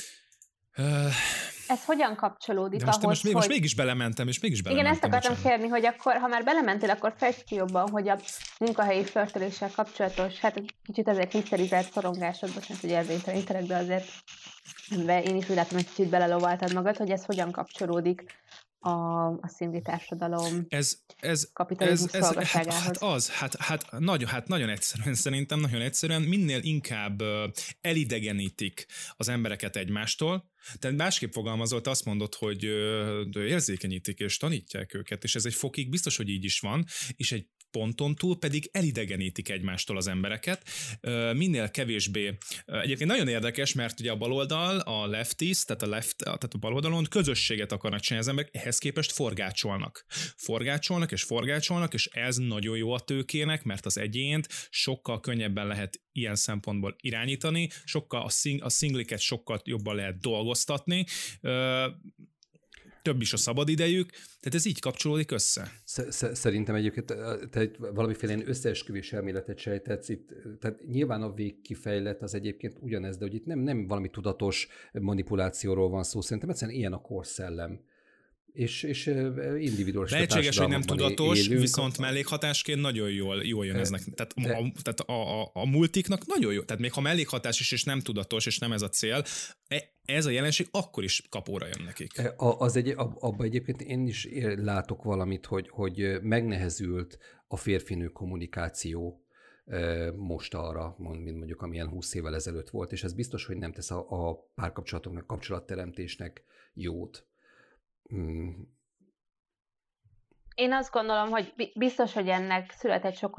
Ez hogyan kapcsolódik ahhoz, most mégis belementem, Igen, ezt akartam kérni, hogy akkor, ha már belementél, akkor fejtsd ki jobban, hogy a munkahelyi flörtöléssel kapcsolatos, hát egy kicsit azért hiszterizált szorongásod, bocsánat, hogy érvénytelenítelek, de azért én is úgy látom, hogy kicsit belelovaltad magad, hogy ez hogyan kapcsolódik a szingli társadalom kapitalizmus szolgasságához. Nagyon egyszerűen szerintem, nagyon egyszerűen minél inkább elidegenítik az embereket egymástól, tehát másképp fogalmazott, azt mondod, hogy érzékenyítik és tanítják őket, és ez egy fokig biztos, hogy így is van, és egy ponton túl pedig elidegenítik egymástól az embereket. Minél kevésbé. Egyébként nagyon érdekes, mert ugye a baloldal, a leftist, tehát a baloldalon közösséget akarnak csinálni az emberek, ehhez képest forgácsolnak, és ez nagyon jó a tőkének, mert az egyént sokkal könnyebben lehet ilyen szempontból irányítani, sokkal a szingliket sokkal jobban lehet dolgoztatni, több is a szabadidejük, tehát ez így kapcsolódik össze. Szerintem egyébként te valamiféle összeesküvés elméletet sejtetsz itt, tehát nyilván a végkifejlet az egyébként ugyanez, de hogy itt nem valami tudatos manipulációról van szó, szerintem egyszerűen ilyen a korszellem. És individuális lehetséges, hogy nem tudatos, viszont mellékhatásként nagyon jól jön eznek. Tehát a multiknak nagyon jó. Tehát még ha mellékhatás is, és nem tudatos, és nem ez a cél, ez a jelenség akkor is kapóra jön nekik. Abban egyébként én is látok valamit, hogy megnehezült a férfinő kommunikáció most arra, mint mondjuk amilyen 20 évvel ezelőtt volt, és ez biztos, hogy nem tesz a párkapcsolatoknak, kapcsolatteremtésnek jót. Én azt gondolom, hogy biztos, hogy ennek született sok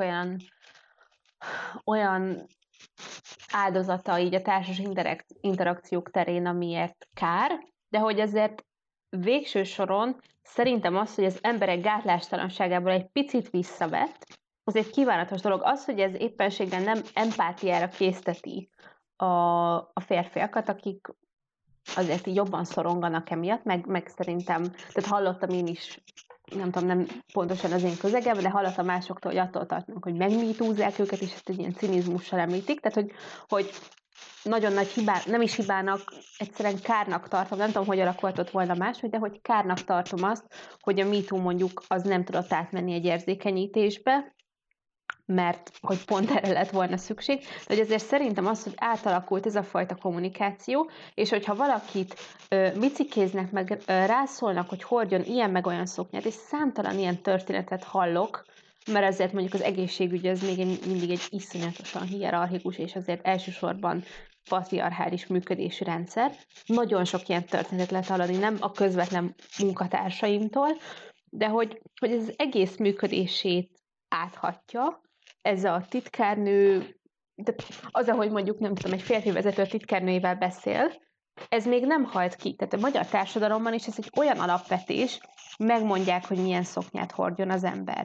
olyan áldozata így a társas interakciók terén, amiért kár, de hogy azért végső soron szerintem az, hogy az emberek gátlástalanságából egy picit visszavett, az egy kívánatos dolog. Az, hogy ez éppenséggel nem empátiára készteti a férfiakat, akik azért így jobban szoronganak emiatt, meg szerintem, tehát hallottam én is, nem tudom, nem pontosan az én közegemben, de hallottam másoktól, hogy attól tartanak, hogy megmítúzzák őket, és ezt egy ilyen cinizmussal említik, tehát hogy nagyon nagy hibá, nem is hibának, egyszerűen kárnak tartom, nem tudom, hogy alakultott volna máshogy, de hogy kárnak tartom azt, hogy a MeToo mondjuk az nem tudott átmenni egy érzékenyítésbe, mert hogy pont erre lett volna szükség, de hogy azért szerintem az, hogy átalakult ez a fajta kommunikáció, és hogyha valakit bicikéznek, meg rászólnak, hogy hordjon ilyen meg olyan szoknyát, és számtalan ilyen történetet hallok, mert azért mondjuk az egészségügy az mindig egy iszonyatosan hierarchikus, és azért elsősorban patriarchális működésű rendszer. Nagyon sok ilyen történetet lehet hallani, nem a közvetlen munkatársaimtól, de hogy ez az egész működését áthatja, ez a titkárnő, az, ahogy mondjuk, nem tudom, egy férfi vezető a titkárnőjével beszél, ez még nem halt ki. Tehát a magyar társadalomban is ez egy olyan alapvetés, megmondják, hogy milyen szoknyát hordjon az ember.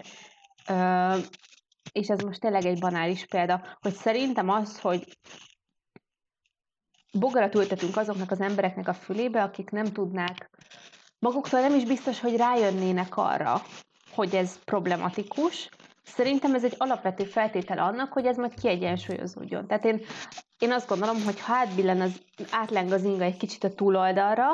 És ez most tényleg egy banális példa, hogy szerintem az, hogy bogarat ültetünk azoknak az embereknek a fülébe, akik nem tudnák, maguktól nem is biztos, hogy rájönnének arra, hogy ez problematikus. Szerintem ez egy alapvető feltétel annak, hogy ez majd kiegyensúlyozódjon. Tehát én azt gondolom, hogy ha átleng az inga egy kicsit a túloldalra,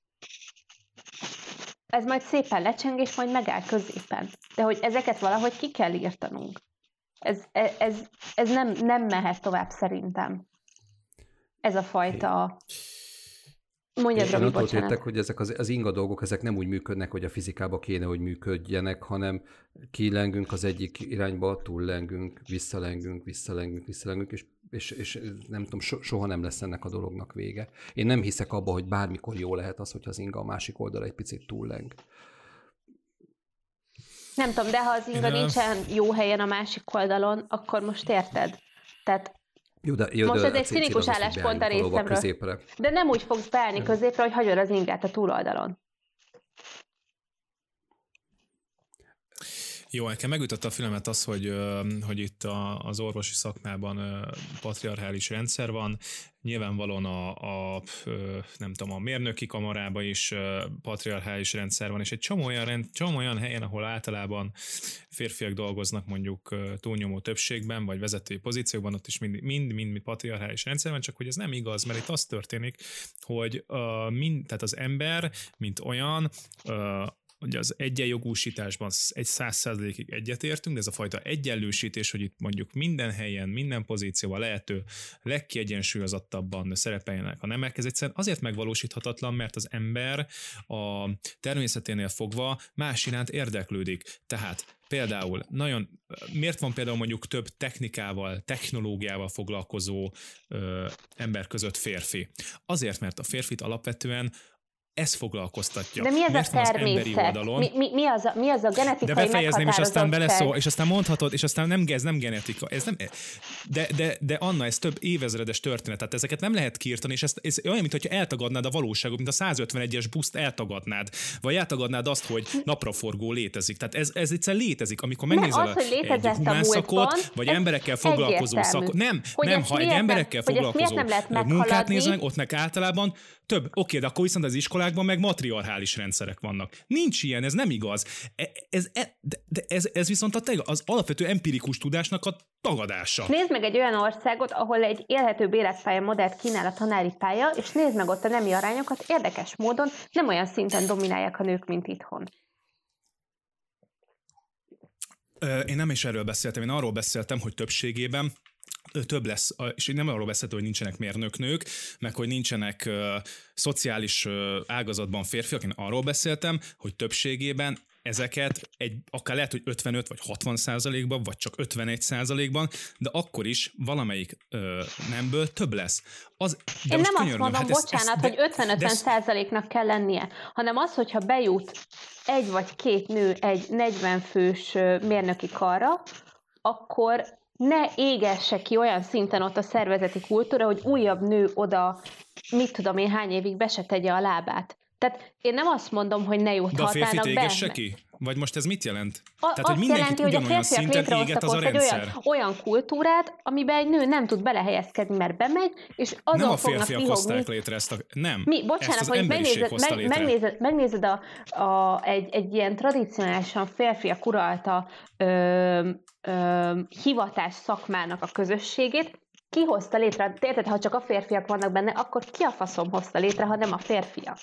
ez majd szépen lecseng, és majd megáll középen. De hogy ezeket valahogy ki kell írtanunk. Ez nem mehet tovább szerintem. Ez a fajta... Mondjad, Robi, bocsánat. Értek, hogy ezek az inga dolgok, ezek nem úgy működnek, hogy a fizikába kéne, hogy működjenek, hanem kilengünk az egyik irányba, túllengünk, visszalengünk, és nem tudom, soha nem lesz ennek a dolognak vége. Én nem hiszek abba, hogy bármikor jó lehet az, hogy az inga a másik oldalra egy picit túlleng. Nem tudom, de ha az inga nincsen jó helyen a másik oldalon, akkor most érted? Tehát most ez egy színikus álláspont a részemről. De nem úgy fogsz beállni középre, hogy hagyod az ingát a túloldalon. Jó, nekem megütötte a fülemet az, hogy itt az orvosi szakmában patriarchális rendszer van. Nyilvánvalóan nem tudom, a mérnöki kamarában is patriarchális rendszer van, és egy csomó olyan helyen, ahol általában férfiak dolgoznak mondjuk túlnyomó többségben, vagy vezetői pozíciókban, ott is mind patriarchális rendszer van, csak hogy ez nem igaz, mert itt az történik, hogy tehát az ember, mint olyan, ugye az egyenjogúsításban 100%-ig egyetértünk, de ez a fajta egyenlősítés, hogy itt mondjuk minden helyen, minden pozícióban lehető legkiegyensúlyozottabban szerepeljenek a nemek, ez egyszerűen azért megvalósíthatatlan, mert az ember a természeténél fogva más iránt érdeklődik. Tehát például miért van például mondjuk több technológiával foglalkozó ember között férfi? Azért, mert a férfit alapvetően ez foglalkoztatja. De mi ez a természet? Mi az a genetikai de befejezném, és aztán beleszól, és aztán mondhatod, és aztán nem genetika. Ez nem, de Anna, ez több évezredes történet, tehát ezeket nem lehet kiirtani, és ez olyan, mintha eltagadnád a valóságot, mint a 151-es buszt eltagadnád, vagy eltagadnád azt, hogy napraforgó létezik. Tehát ez egyszerűen létezik, amikor megnézel egy humánszakot, vagy emberekkel foglalkozó szakot. Ha egy emberekkel foglalkozó munkát néznek, ott meg általában több. Oké, de akkor viszont az iskolákban meg matriarchális rendszerek vannak. Nincs ilyen, ez nem igaz. Ez viszont az alapvető empirikus tudásnak a tagadása. Nézd meg egy olyan országot, ahol egy élhetőbb életpálya modellt kínál a tanári pálya, és nézd meg ott a nemi arányokat, érdekes módon nem olyan szinten dominálják a nők, mint itthon. Én nem is erről beszéltem, én arról beszéltem, hogy többségében több lesz, és én nem arról beszéltem, hogy nincsenek mérnöknők, meg hogy nincsenek szociális ágazatban férfiak, én arról beszéltem, hogy többségében ezeket akár lehet, hogy 55 vagy 60%-ban, vagy csak 51%-ban, de akkor is valamelyik nemből több lesz. Én nem azt mondom, bocsánat, hogy 50-50%-nak kell lennie, hanem az, hogyha bejut egy vagy két nő egy 40 fős mérnöki karra, akkor ne égesse ki olyan szinten ott a szervezeti kultúra, hogy újabb nő oda, mit tudom én, hány évig be se tegye a lábát. Tehát én nem azt mondom, hogy ne juthatnának be. De a férfit égesse ki? Vagy most ez mit jelent? Tehát, hogy mindenkit jelenti, ugyanolyan hogy a szinten éget az a rendszer. Olyan kultúrát, amiben egy nő nem tud belehelyezkedni, mert bemegy, és azon fognak férfiak hozták létre ezt Nem, bocsánat, ezt az hogy megnézed egy ilyen tradicionálisan férfiak uralta hivatás szakmának a közösségét, ki hozta létre? Érted, ha csak a férfiak vannak benne, akkor ki a faszom hozta létre, ha nem a férfiak?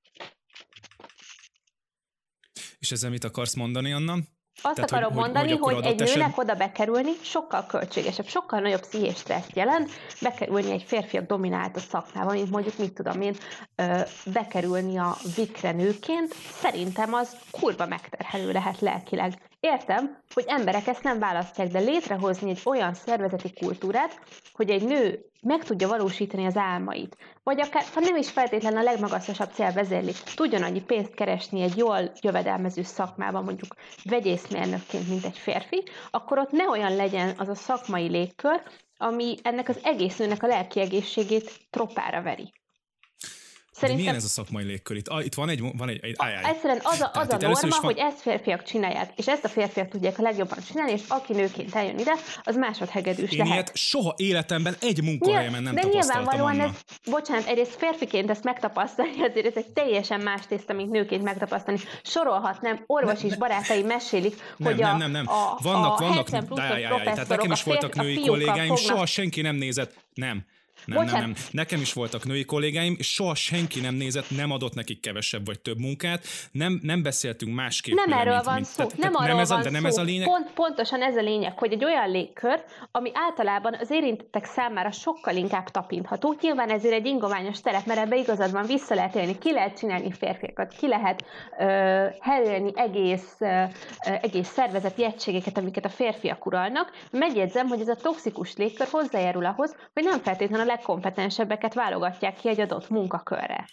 És ezzel mit akarsz mondani, Anna? Azt akarom mondani, hogy egy nőnek oda bekerülni sokkal költségesebb, sokkal nagyobb pszichés stresszt jelent bekerülni egy férfiak dominált a szakmába, mint mondjuk, mit tudom én, bekerülni a vikre nőként. Szerintem az kurva megterhelő lehet lelkileg. Értem, hogy emberek ezt nem választják, de létrehozni egy olyan szervezeti kultúrát, hogy egy nő meg tudja valósítani az álmait, vagy akár, ha nem is feltétlenül a legmagasabb cél vezérli, tudjon annyi pénzt keresni egy jól jövedelmező szakmában, mondjuk vegyészmérnökként, mint egy férfi, akkor ott ne olyan legyen az a szakmai légkör, ami ennek az egész nőnek a lelki egészségét tropára veri. Szerintem... De milyen ez a szakmai légkör? Itt van egy Egyszerűen az a norma, hogy ezt férfiak csinálják, és ezt a férfiak tudják a legjobban csinálni, és aki nőként eljön ide, az másodhegedűs lehet. Én ilyet soha életemben egy munkahelyemen nem tapasztaltam, Anna. Bocsánat, egyrészt férfiként ezt megtapasztalni, azért ez egy teljesen más tészta, mint nőként megtapasztalni. Sorolhatnám, orvos is barátai mesélik, hogy nem. Vannak, tehát nekem is voltak női kollégáim, soha senki nem nézett, nem. Nekem is voltak női kollégáim, és soha senki nem nézett, nem adott nekik kevesebb vagy több munkát, nem beszéltünk másképp. Nem erről van szó, nem ez a lényeg. Pontosan ez a lényeg, hogy egy olyan légkör, ami általában az érintettek számára sokkal inkább tapintható. Nyilván ezért egy ingoványos terep, mert ebbe igazad van, vissza lehet élni, ki lehet csinálni férfiakat, ki lehet herélni egész szervezeti egységeket, amiket a férfiak uralnak. Megjegyzem, hogy ez a toxikus légkör hozzájárul ahhoz, hogy nem feltétlenül legkompetensebbeket válogatják ki egy adott munkakörre.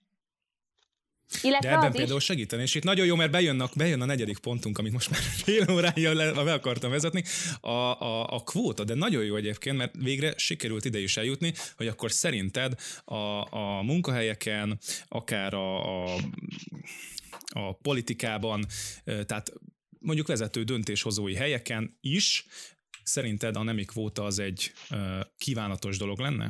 De ebben például segíteni, és itt nagyon jó, mert bejön a negyedik pontunk, amit most már fél órája le akartam vezetni, a kvóta, de nagyon jó egyébként, mert végre sikerült ide is eljutni, hogy akkor szerinted a munkahelyeken, akár a politikában, tehát mondjuk vezető döntéshozói helyeken is, szerinted a nemi kvóta az egy kívánatos dolog lenne?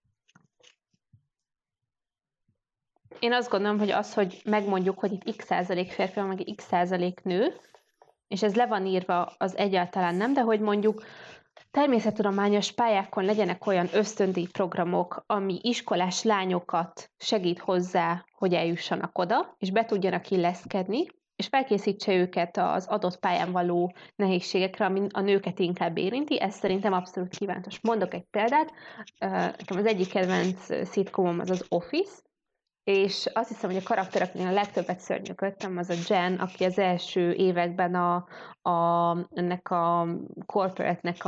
Én azt gondolom, hogy az, hogy megmondjuk, hogy itt x% férfi, meg x% nő, és ez le van írva, az egyáltalán nem, de hogy mondjuk természettudományos pályákon legyenek olyan ösztöndíj programok, ami iskolás lányokat segít hozzá, hogy eljussanak oda, és be tudjanak illeszkedni, és felkészítse őket az adott pályán való nehézségekre, ami a nőket inkább érinti, ez szerintem abszolút kívántos. Mondok egy példát, nekem az egyik kedvenc szitcomom az Office, és azt hiszem, hogy a karakter, akinek a legtöbbet szörnyűködtem, az a Jen, aki az első években ennek a corporate-nek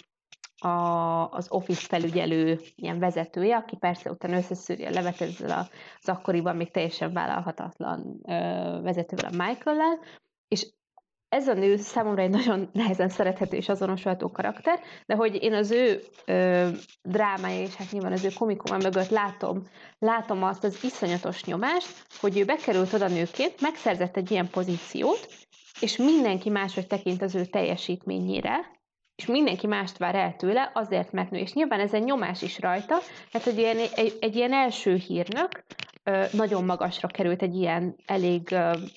az Office felügyelő ilyen vezetője, aki persze utána összeszűri a levet ezzel az akkoriban még teljesen vállalhatatlan vezetővel, a Michael-lel, és ez a nő számomra egy nagyon nehezen szerethető és azonosulható karakter, de hogy én az ő drámája és hát nyilván az ő komikuma mögött látom azt az iszonyatos nyomást, hogy ő bekerült oda nőként, megszerzett egy ilyen pozíciót, és mindenki máshogy tekint az ő teljesítményére, és mindenki mást vár el tőle, azért, mert nő. És nyilván ez egy nyomás is rajta, hát egy ilyen első hírnök nagyon magasra került egy ilyen elég,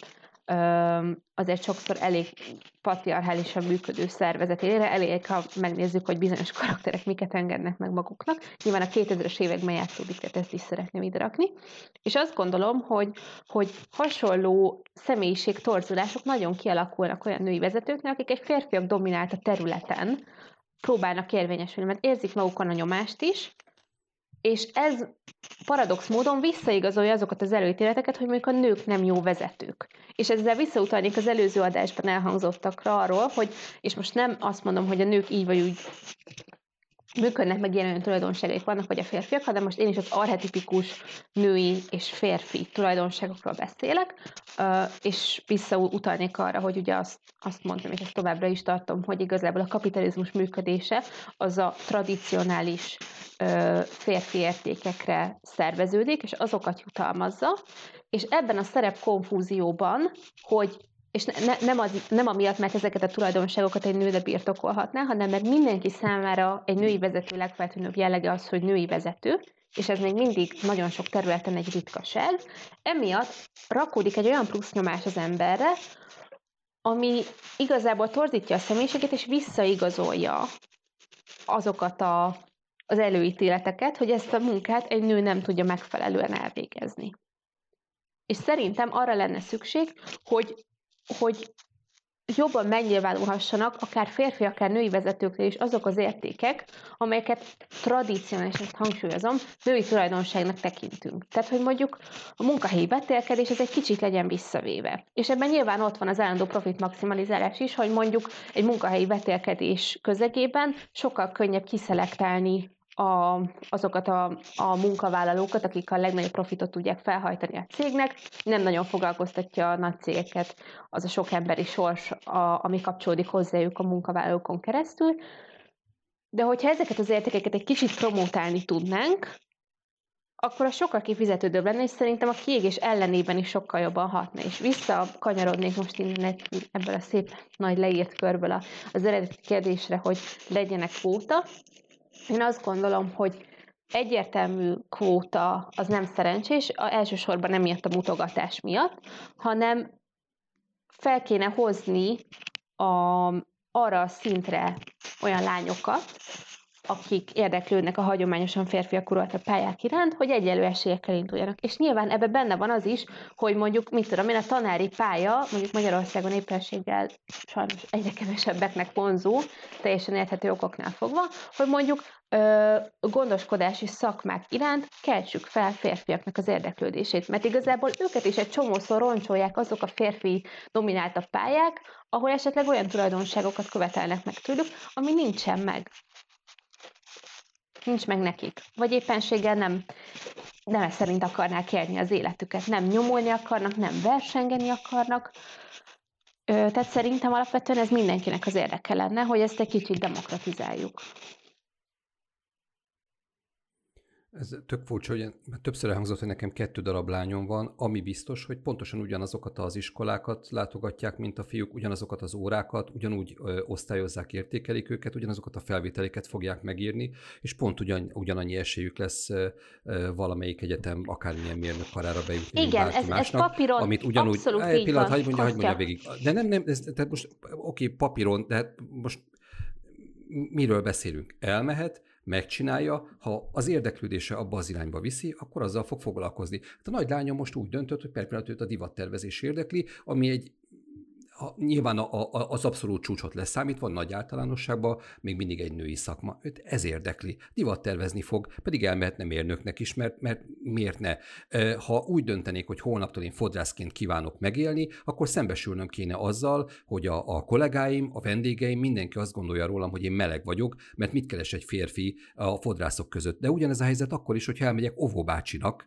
azért sokszor elég patriarchálisan működő szervezetére, elég, ha megnézzük, hogy bizonyos karakterek miket engednek meg maguknak. Nyilván a 2000-es években játszódik, tehát ezt is szeretném ide rakni. És azt gondolom, hogy hasonló személyiségtorzulások nagyon kialakulnak olyan női vezetőknél, akik egy férfiak dominálta területen próbálnak érvényesülni, mert érzik magukon a nyomást is, és ez paradox módon visszaigazolja azokat az előítéleteket, hogy mondjuk a nők nem jó vezetők. És ezzel visszautalnék az előző adásban elhangzottakra arról, hogy, és most nem azt mondom, hogy a nők így vagy úgy működnek, meg ilyen olyan tulajdonságaik vannak, vagy a férfiak, hanem most én is az archetipikus női és férfi tulajdonságokról beszélek, és visszautalnék arra, hogy ugye azt mondtam, és ezt továbbra is tartom, hogy igazából a kapitalizmus működése az a tradicionális férfi értékekre szerveződik, és azokat jutalmazza, és ebben a szerepkonfúzióban, hogy és nem amiatt, mert ezeket a tulajdonságokat egy nő birtokolhatná, hanem mert mindenki számára egy női vezető legfeltűnőbb jellege az, hogy női vezető, és ez még mindig nagyon sok területen egy ritkaság. Emiatt rakódik egy olyan plusz nyomás az emberre, ami igazából torzítja a személyiségét, és visszaigazolja azokat az előítéleteket, hogy ezt a munkát egy nő nem tudja megfelelően elvégezni. És szerintem arra lenne szükség, hogy jobban megnyilvánulhassanak akár férfi, akár női vezetőknél is azok az értékek, amelyeket tradicionálisan, hangsúlyozom, női tulajdonságnak tekintünk. Tehát, hogy mondjuk a munkahelyi vetélkedés ez egy kicsit legyen visszavéve. És ebben nyilván ott van az állandó profit maximalizálás is, hogy mondjuk egy munkahelyi vetélkedés közegében sokkal könnyebb kiszelektálni azokat a munkavállalókat, akik a legnagyobb profitot tudják felhajtani a cégnek. Nem nagyon foglalkoztatja a nagy cégeket az a sok emberi sors, ami kapcsolódik hozzájuk a munkavállalókon keresztül. De hogyha ezeket az értékeket egy kicsit promotálni tudnánk, akkor az sokkal kifizetődőbb lenne, és szerintem a kiégés ellenében is sokkal jobban hatna. És visszakanyarodnék most innen ebből a szép nagy leírt körből az eredeti kérdésre, hogy legyenek kvóta. Én azt gondolom, hogy egyértelmű kvóta az nem szerencsés, elsősorban nem miatt a mutogatás miatt, hanem fel kéne hozni arra a szintre olyan lányokat, akik érdeklődnek a hagyományosan férfiak uralta pályák iránt, hogy egyenlő esélyekkel induljanak. És nyilván ebben benne van az is, hogy mondjuk, mit tudom én, a tanári pálya, mondjuk Magyarországon éppenséggel sajnos egyre kevesebbeknek vonzó, teljesen érthető okoknál fogva, hogy mondjuk gondoskodási szakmák iránt keltsük fel férfiaknak az érdeklődését, mert igazából őket is egy csomószor roncsolják azok a férfi domináltabb pályák, ahol esetleg olyan tulajdonságokat követelnek meg tőlük, ami nincsen meg. Nincs meg nekik. Vagy éppenséggel nem ez szerint akarnák élni az életüket. Nem nyomulni akarnak, nem versengeni akarnak. Tehát szerintem alapvetően ez mindenkinek az érdeke lenne, hogy ezt egy kicsit demokratizáljuk. Ez tök furcsa, hogy többször elhangzott, hogy nekem 2 darab lányom van, ami biztos, hogy pontosan ugyanazokat az iskolákat látogatják, mint a fiúk, ugyanazokat az órákat, ugyanúgy osztályozzák, értékelik őket, ugyanazokat a felvételiket fogják megírni, és pont ugyanannyi esélyük lesz valamelyik egyetem akármilyen mérnök karára bejutni. Igen, ez papíron amit ugyanúgy, abszolút így pillanat, van. Hagyj mondja végig. De nem, tehát most oké, papíron, de most miről beszélünk? Elmehet, megcsinálja, ha az érdeklődése abba az irányba viszi, akkor azzal fog foglalkozni. Hát a nagy lányom most úgy döntött, hogy per pillanat őt a divattervezés érdekli, ami egy nyilván az abszolút csúcsot leszámítva, nagy általánosságban még mindig egy női szakma. Őt ez érdekli. Divattervezni fog, pedig elmehetne mérnöknek is, mert miért ne? Ha úgy döntenék, hogy holnaptól én fodrászként kívánok megélni, akkor szembesülnöm kéne azzal, hogy a kollégáim, a vendégeim, mindenki azt gondolja rólam, hogy én meleg vagyok, mert mit keres egy férfi a fodrászok között. De ugyanez a helyzet akkor is, hogyha elmegyek óvóbácsinak,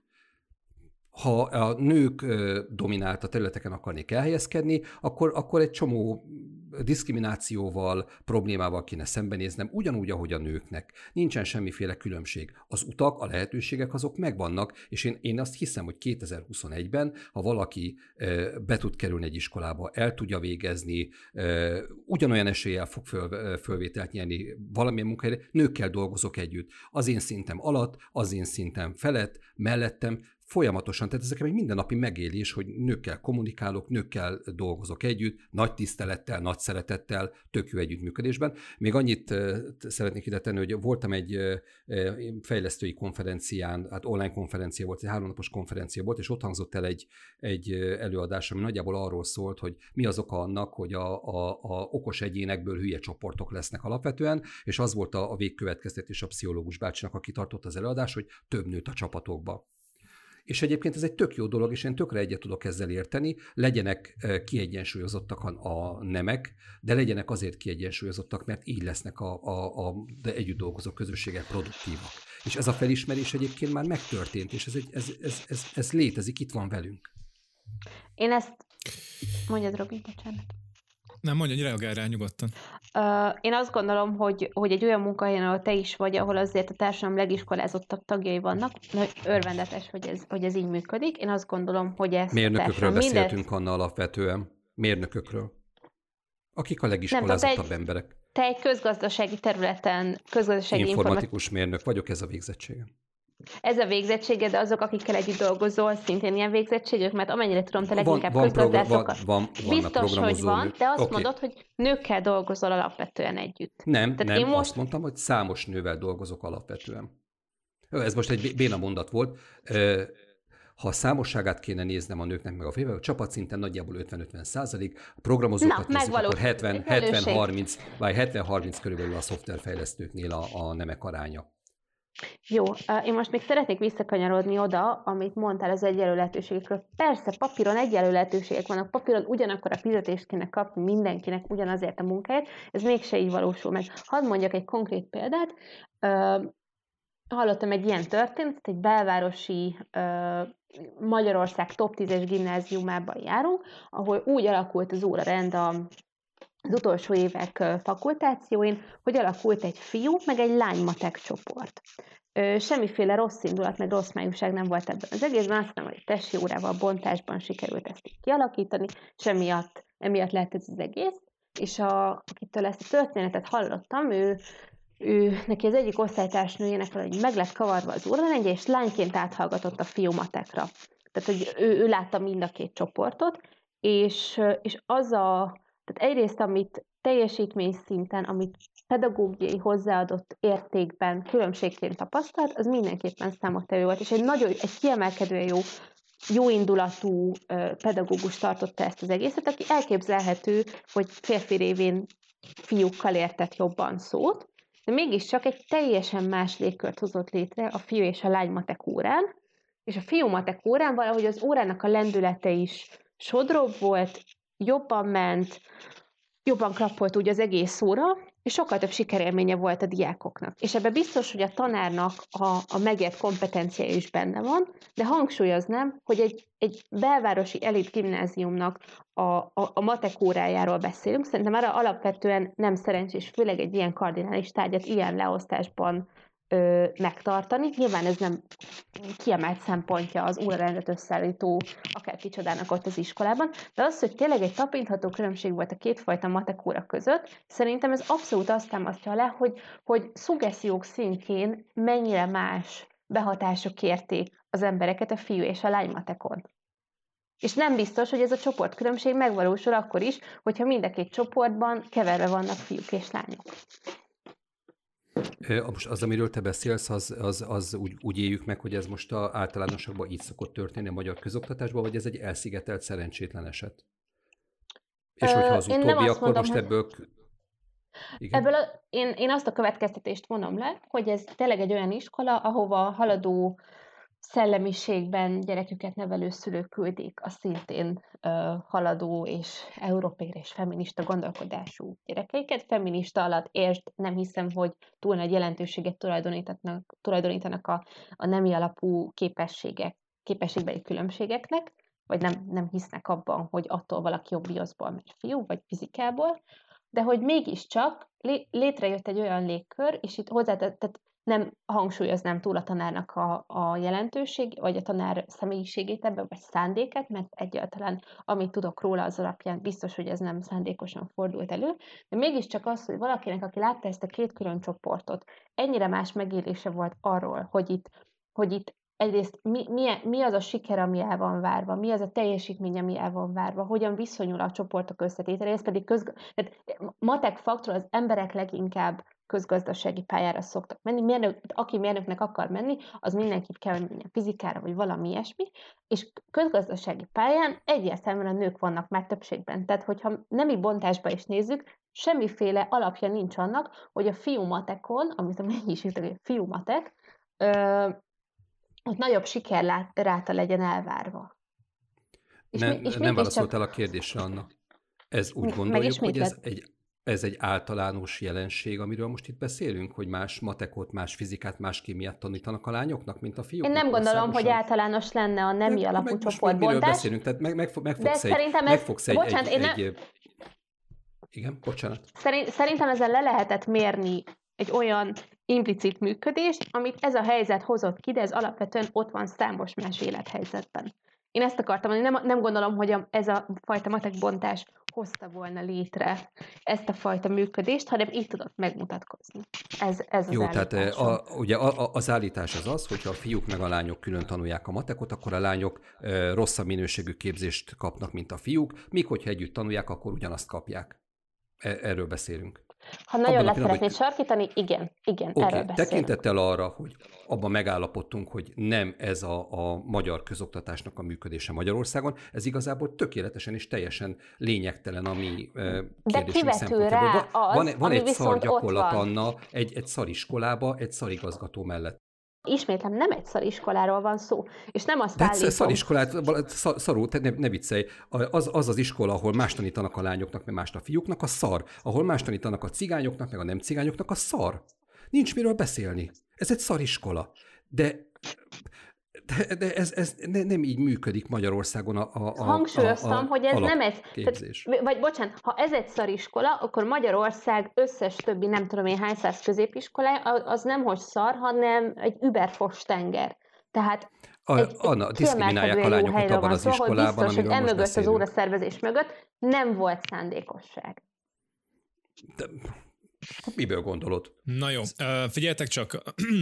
ha a nők dominált a területeken akarnék elhelyezkedni, akkor egy csomó diszkriminációval, problémával kéne szembenéznem, ugyanúgy, ahogy a nőknek. Nincsen semmiféle különbség. Az utak, a lehetőségek azok megvannak, és én azt hiszem, hogy 2021-ben, ha valaki be tud kerülni egy iskolába, el tudja végezni, ugyanolyan eséllyel fog fölvételt nyerni valamilyen munkahelyre, nőkkel dolgozok együtt. Az én szintem alatt, az én szintem felett, mellettem, folyamatosan, tehát ezek egy mindennapi megélés, hogy nőkkel kommunikálok, nőkkel dolgozok együtt, nagy tisztelettel, nagy szeretettel, tök jó együttműködésben. Még annyit szeretnék ide tenni, hogy voltam egy fejlesztői konferencián, hát online konferencia volt, egy 3 napos konferencia volt, és ott hangzott el egy előadás, ami nagyjából arról szólt, hogy mi az oka annak, hogy a okos egyénekből hülye csoportok lesznek alapvetően, és az volt a végkövetkeztetés a pszichológus bácsinak, aki tartott az előadást, hogy több nőt a csapatokba. És egyébként ez egy tök jó dolog, és én tökre egyet tudok ezzel érteni, legyenek kiegyensúlyozottak a nemek, de legyenek azért kiegyensúlyozottak, mert így lesznek de együtt dolgozó közösségek produktívak. És ez a felismerés egyébként már megtörtént, és ez létezik, itt van velünk. Én ezt... Mondjad, Robi, bocsánat. Nem, mondja, reagálj rá nyugodtan. Én azt gondolom, hogy egy olyan munkahelyen, ahol te is vagy, ahol azért a társadalom legiskolázottabb tagjai vannak, örvendetes, hogy ez így működik. Én azt gondolom, hogy ez... Mérnökökről beszéltünk, Anna, alapvetően. Mérnökökről. Akik a legiskolázottabb emberek. Te egy közgazdasági területen, informatikus mérnök vagyok, ez a végzettségem. Ez a végzettsége, de azok, akikkel együtt dolgozol, szintén ilyen végzettségek, mert amennyire tudom, te leginkább közgazdászokat. Biztos, hogy van, de azt mondod, hogy nőkkel dolgozol alapvetően együtt. Nem, azt mondtam, hogy számos nővel dolgozok alapvetően. Ez most egy béna mondat volt. Ha a számosságát kéne néznem a nőknek meg a férfiaknak, a csapatszinten nagyjából 50-50%, a programozókat nézzük, akkor 70-30, vagy 70-30 körülbelül a szoftverfejlesztőknél a nemek aránya. Jó, én most még szeretnék visszakanyarodni oda, amit mondtál az egyenlő lehetőségekről. Persze, papíron egyenlő lehetőségek vannak, papíron ugyanakkor a fizetést kéne kapni mindenkinek ugyanazért a munkáért, ez mégse így valósul meg. Hadd mondjak egy konkrét példát. Hallottam egy ilyen történetet, egy belvárosi Magyarország top 10-es gimnáziumában járunk, ahol úgy alakult az órarend az utolsó évek fakultációin, hogy alakult egy fiú, meg egy lány matek csoport. semmiféle rossz indulat, meg rossz májúság nem volt ebben az egészben, aztán hogy testi órával, bontásban sikerült ezt kialakítani, és emiatt lett ez az egész, és akitől ezt a történetet hallottam, neki az egyik osztálytársnőjének valahogy meg lett kavarva az órarendje, és lányként áthallgatott a fiú matekra. Tehát, hogy ő látta mind a két csoportot, és tehát egyrészt, amit teljesítmény szinten, amit pedagógiai hozzáadott értékben különbségként tapasztalt, az mindenképpen számottevő volt, és egy kiemelkedően jó indulatú pedagógus tartotta ezt az egészet, aki elképzelhető, hogy férfi révén fiúkkal értett jobban szót, de mégiscsak egy teljesen más légkört hozott létre a fiú és a lány matek órán, és a fiú matek órán valahogy az órának a lendülete is sodróbb volt, jobban ment, jobban klappolt úgy az egész óra, és sokkal több sikerélménye volt a diákoknak. És ebben biztos, hogy a tanárnak a megért kompetenciája is benne van, de hangsúlyoznám, hogy egy belvárosi elit gimnáziumnak a matek órájáról beszélünk. Szerintem arra alapvetően nem szerencsés, főleg egy ilyen kardinális tárgyat ilyen leosztásban megtartani. Nyilván ez nem kiemelt szempontja az órarendet összeállító akár kicsodának ott az iskolában, de az, hogy tényleg egy tapintható különbség volt a kétfajta matek óra között, szerintem ez abszolút azt támasztja alá, hogy szuggesziók szintjén mennyire más behatások érték az embereket a fiú és a lány matekon. És nem biztos, hogy ez a csoportkülönbség megvalósul akkor is, hogyha mind a két csoportban keverve vannak fiúk és lányok. Most az, amiről te beszélsz, az úgy éljük meg, hogy ez most általánosakban így szokott történni a magyar közoktatásban, vagy ez egy elszigetelt szerencsétlen eset? És hogyha az utóbbi, akkor most ebből... Igen? Én azt a következtetést vonom le, hogy ez tényleg egy olyan iskola, ahova haladó szellemiségben gyereküket nevelő szülők küldik a szintén haladó és európai és feminista gondolkodású gyerekeiket. Feminista alatt értsd, nem hiszem, hogy túl nagy jelentőséget tulajdonítanak a nemi alapú képességbeli különbségeknek, vagy nem hisznek abban, hogy attól valaki jobb bioszból, mert fiú, vagy fizikából, de hogy mégiscsak létrejött egy olyan légkör, és itt hozzátett, nem hangsúlyoznám túl a tanárnak a jelentőség, vagy a tanár személyiségét ebben, vagy szándékát, mert egyáltalán, amit tudok róla, az alapján biztos, hogy ez nem szándékosan fordult elő, de mégiscsak az, hogy valakinek, aki látta ezt a két külön csoportot, ennyire más megélése volt arról, hogy itt egyrészt mi az a siker, ami el van várva, mi az a teljesítmény, ami el van várva, hogyan viszonyul a csoportok összetétele, ez pedig matek faktor az emberek leginkább közgazdasági pályára szoktak menni. Aki mérnöknek akar menni, az mindenképp kell menni a fizikára, vagy valami ilyesmi, és közgazdasági pályán egyértelműen a nők vannak már többségben. Tehát, hogyha nemi bontásba is nézzük, semmiféle alapja nincs annak, hogy a fiú matekon, amit a mennyisítő, hogy a fiú matek, ott nagyobb sikerráta legyen elvárva. Nem válaszoltál a kérdésre, Anna. Ez úgy gondoljuk, hogy ez egy általános jelenség, amiről most itt beszélünk, hogy más matekot, más fizikát, más kémiát tanítanak a lányoknak, mint a fiúknak? Én nem gondolom, hogy általános lenne a nemi alapú csoportbontás. Miről beszélünk? Tehát megfogsz egy... Igen, bocsánat. Szerintem ezzel le lehetett mérni egy olyan implicit működést, amit ez a helyzet hozott ki, de ez alapvetően ott van számos más élethelyzetben. Én ezt akartam mondani, nem gondolom, hogy ez a fajta matekbontás hozta volna létre ezt a fajta működést, hanem így tudott megmutatkozni. Ez az jó, állításom. Tehát ugye az állítás az, hogyha a fiúk meg a lányok külön tanulják a matekot, akkor a lányok rosszabb minőségű képzést kapnak, mint a fiúk, míg hogyha együtt tanulják, akkor ugyanazt kapják. Erről beszélünk. Ha nagyon le szeretnéd sarkítani, igen, erről beszélünk. Tekintettel arra, hogy abban megállapodtunk, hogy nem ez a magyar közoktatásnak a működése Magyarországon, ez igazából tökéletesen és teljesen lényegtelen a mi kérdésünk szempontjából. Van egy szar gyakorlat, Anna, egy szariskolába, egy szarigazgató mellett. Ismétlem, nem egy szariskoláról van szó, és nem azt állítom. De szariskolát, szarú, ne viccelj, az iskola, ahol más tanítanak a lányoknak, meg más a fiúknak, a szar. Ahol más tanítanak a cigányoknak, meg a nem cigányoknak, a szar. Nincs miről beszélni. Ez egy szariskola. De De ez nem így működik Magyarországon Hangsúlyoztam, hogy ez nem egy... képzés. Vagy bocsánat, ha ez egy szariskola, akkor Magyarország összes többi nem tudom én hány száz középiskolája, az nem hogy szar, hanem egy überfostenger. Tehát Anna, diszkriminálják a lányokat abban az iskolában, biztos, hogy emögött az óraszervezés mögött nem volt szándékosság. De miből gondolod? Na jó, figyeljetek csak,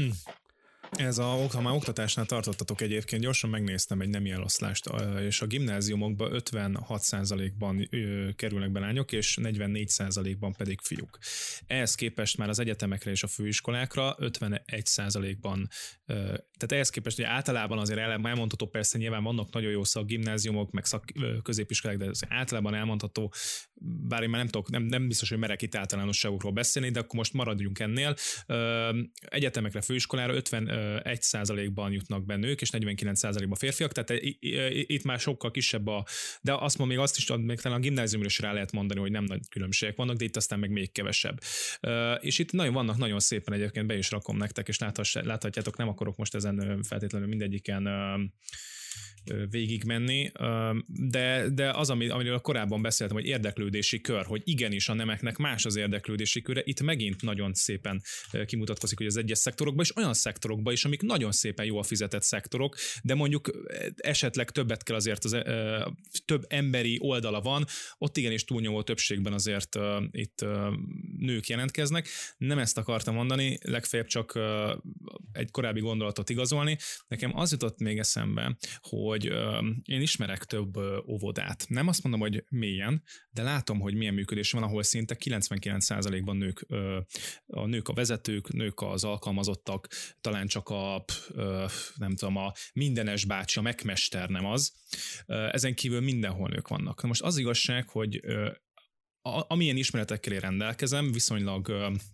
ha már oktatásnál tartottatok egyébként, gyorsan megnéztem egy nemi eloszlást, és a gimnáziumokban 56%-ban kerülnek be lányok, és 44%-ban pedig fiúk. Ehhez képest már az egyetemekre és a főiskolákra 51%-ban, tehát ehhez képest, hogy általában azért elmondható, persze nyilván vannak nagyon jó szakgimnáziumok, meg középiskolák, de általában elmondható, bár én már nem tudok, nem biztos, hogy merek itt általánosságokról beszélni, de akkor most maradjunk ennél. Egyetemekre, főiskolára 51%-ban jutnak be nők, és 49%-ban férfiak, tehát itt már sokkal kisebb de azt mondom, még azt is, még talán a gimnáziumra is rá lehet mondani, hogy nem nagy különbségek vannak, de itt aztán meg még kevesebb. És itt vannak nagyon szépen, egyébként be is rakom nektek, és láthatjátok, nem akarok most ezen feltétlenül mindegyiken végigmenni, de az, amiről korábban beszéltem, hogy érdeklődési kör, hogy igenis a nemeknek más az érdeklődési köre, itt megint nagyon szépen kimutatkozik, hogy az egyes szektorokban, és olyan szektorokban is, amik nagyon szépen jól fizetett szektorok, de mondjuk esetleg többet kell azért, több emberi oldala van, ott igenis túlnyomó többségben azért itt nők jelentkeznek. Nem ezt akartam mondani, legfeljebb csak egy korábbi gondolatot igazolni. Nekem az jutott még eszembe, hogy én ismerek több óvodát. Nem azt mondom, hogy mélyen, de látom, hogy milyen működés van, ahol szinte 99%-ban nők a vezetők, nők az alkalmazottak, talán csak nem tudom, a mindenes bácsi, a megmester nem az. Ezen kívül mindenhol nők vannak. Na most az igazság, hogy amilyen ismeretekkel én rendelkezem, viszonylag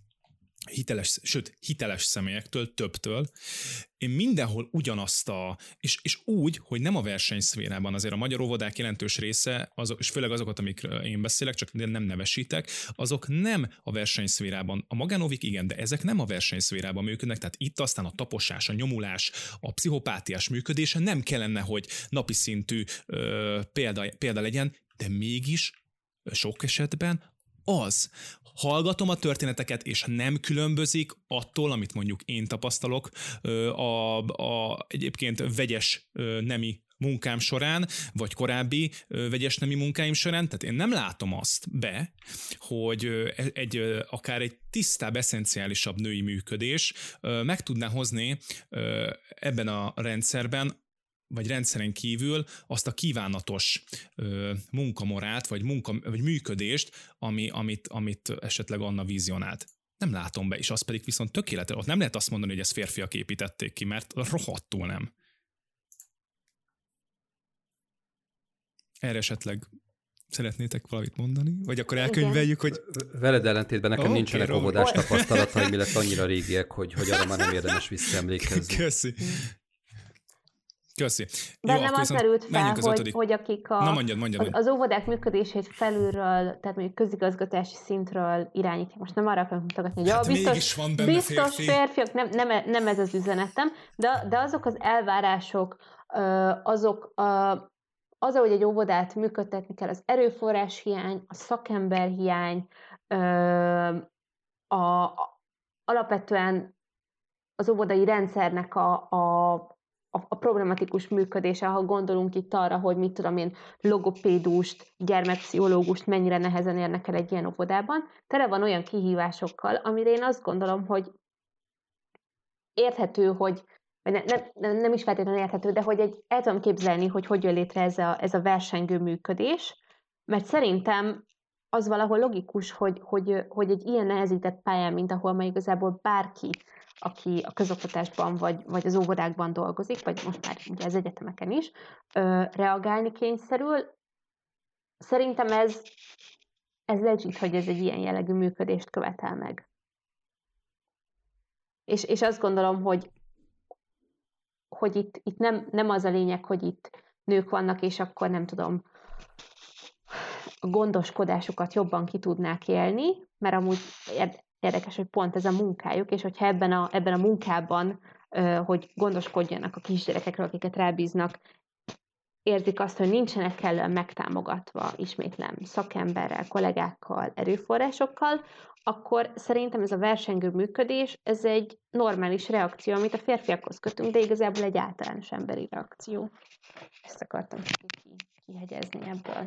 hiteles személyektől, többtől, én mindenhol ugyanazt és úgy, hogy nem a versenyszférában, azért a magyar óvodák jelentős része, és főleg azokat, amikről én beszélek, csak nem nevesítek, azok nem a versenyszférában. A magánóvik igen, de ezek nem a versenyszférában működnek, tehát itt aztán a taposás, a nyomulás, a pszichopátiás működése nem kellene, hogy napi szintű példa legyen, de mégis sok esetben az. Hallgatom a történeteket, és nem különbözik attól, amit mondjuk én tapasztalok egyébként vegyes nemi munkám során, vagy korábbi vegyes nemi munkáim során, tehát én nem látom azt be, hogy akár egy tisztább, eszenciálisabb női működés meg tudná hozni ebben a rendszerben, vagy rendszeren kívül azt a kívánatos munkamorált, vagy működést, amit esetleg Anna vizionált. Nem látom be, és az pedig viszont tökéletes. Ott nem lehet azt mondani, hogy ezt férfiak építették ki, mert rohadtul nem. Erre esetleg szeretnétek valamit mondani? Vagy akkor elkönyveljük, hogy... Veled ellentétben nekem nincsenek óvodás tapasztalataim, illetve annyira régiek, hogy arra már nem érdemes visszaemlékezni. Köszi. Bennem az merült fel, hogy akik mondjad. Az óvodák működését felülről, tehát mondjuk közigazgatási szintről irányítják. Most nem arra akarok mutogatni, hogy biztos férfiak, nem ez az üzenetem, de azok az elvárások, az, ahogy egy óvodát működtetni kell, az erőforrás hiány, a szakember hiány, alapvetően az óvodai rendszernek a problematikus működése, ha gondolunk itt arra, hogy mit tudom én, logopédust, gyermekpszichológust mennyire nehezen érnek el egy ilyen óvodában, tele van olyan kihívásokkal, amire én azt gondolom, hogy érthető, hogy nem is feltétlenül érthető, de hogy el tudom képzelni, hogy jön létre ez a versengő működés, mert szerintem az valahol logikus, hogy egy ilyen nehezített pályán, mint ahol ma igazából bárki, aki a közoktatásban vagy az óvodákban dolgozik, vagy most már ugye az egyetemeken is, reagálni kényszerül. Szerintem ez legit, hogy ez egy ilyen jellegű működést követel meg. És azt gondolom, hogy itt nem az a lényeg, hogy itt nők vannak, és akkor nem tudom, a gondoskodásukat jobban ki tudnák élni, mert amúgy érdekes, hogy pont ez a munkájuk, és hogyha ebben a munkában hogy gondoskodjanak a kisgyerekekről, akiket rábíznak, érzik azt, hogy nincsenek kellően megtámogatva, ismétlem, szakemberrel, kollégákkal, erőforrásokkal, akkor szerintem ez a versengő működés, ez egy normális reakció, amit a férfiakhoz kötünk, de igazából egy általános emberi reakció. Ezt akartam kihegyezni ebből.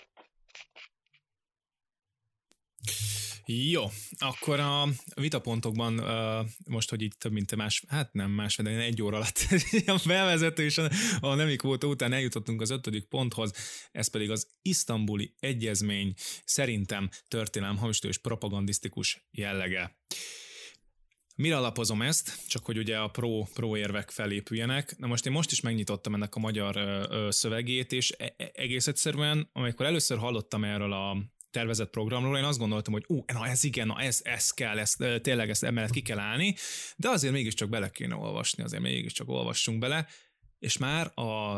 Jó, akkor a vitapontokban most, hogy így több mint de 1 óra alatt a felvezető és a nemi kvóta után eljutottunk az 5. ponthoz, ez pedig az isztambuli egyezmény szerintem történelem hamisító és propagandisztikus jellege. Mire alapozom ezt? Csak hogy ugye a pro érvek felépüljenek. Na most én is megnyitottam ennek a magyar szövegét, és egész egyszerűen, amikor először hallottam erről a tervezett programról, én azt gondoltam, hogy ez kell, tényleg ezt emellett ki kell állni, de azért mégiscsak bele kéne olvasni, azért mégiscsak olvassunk bele, és már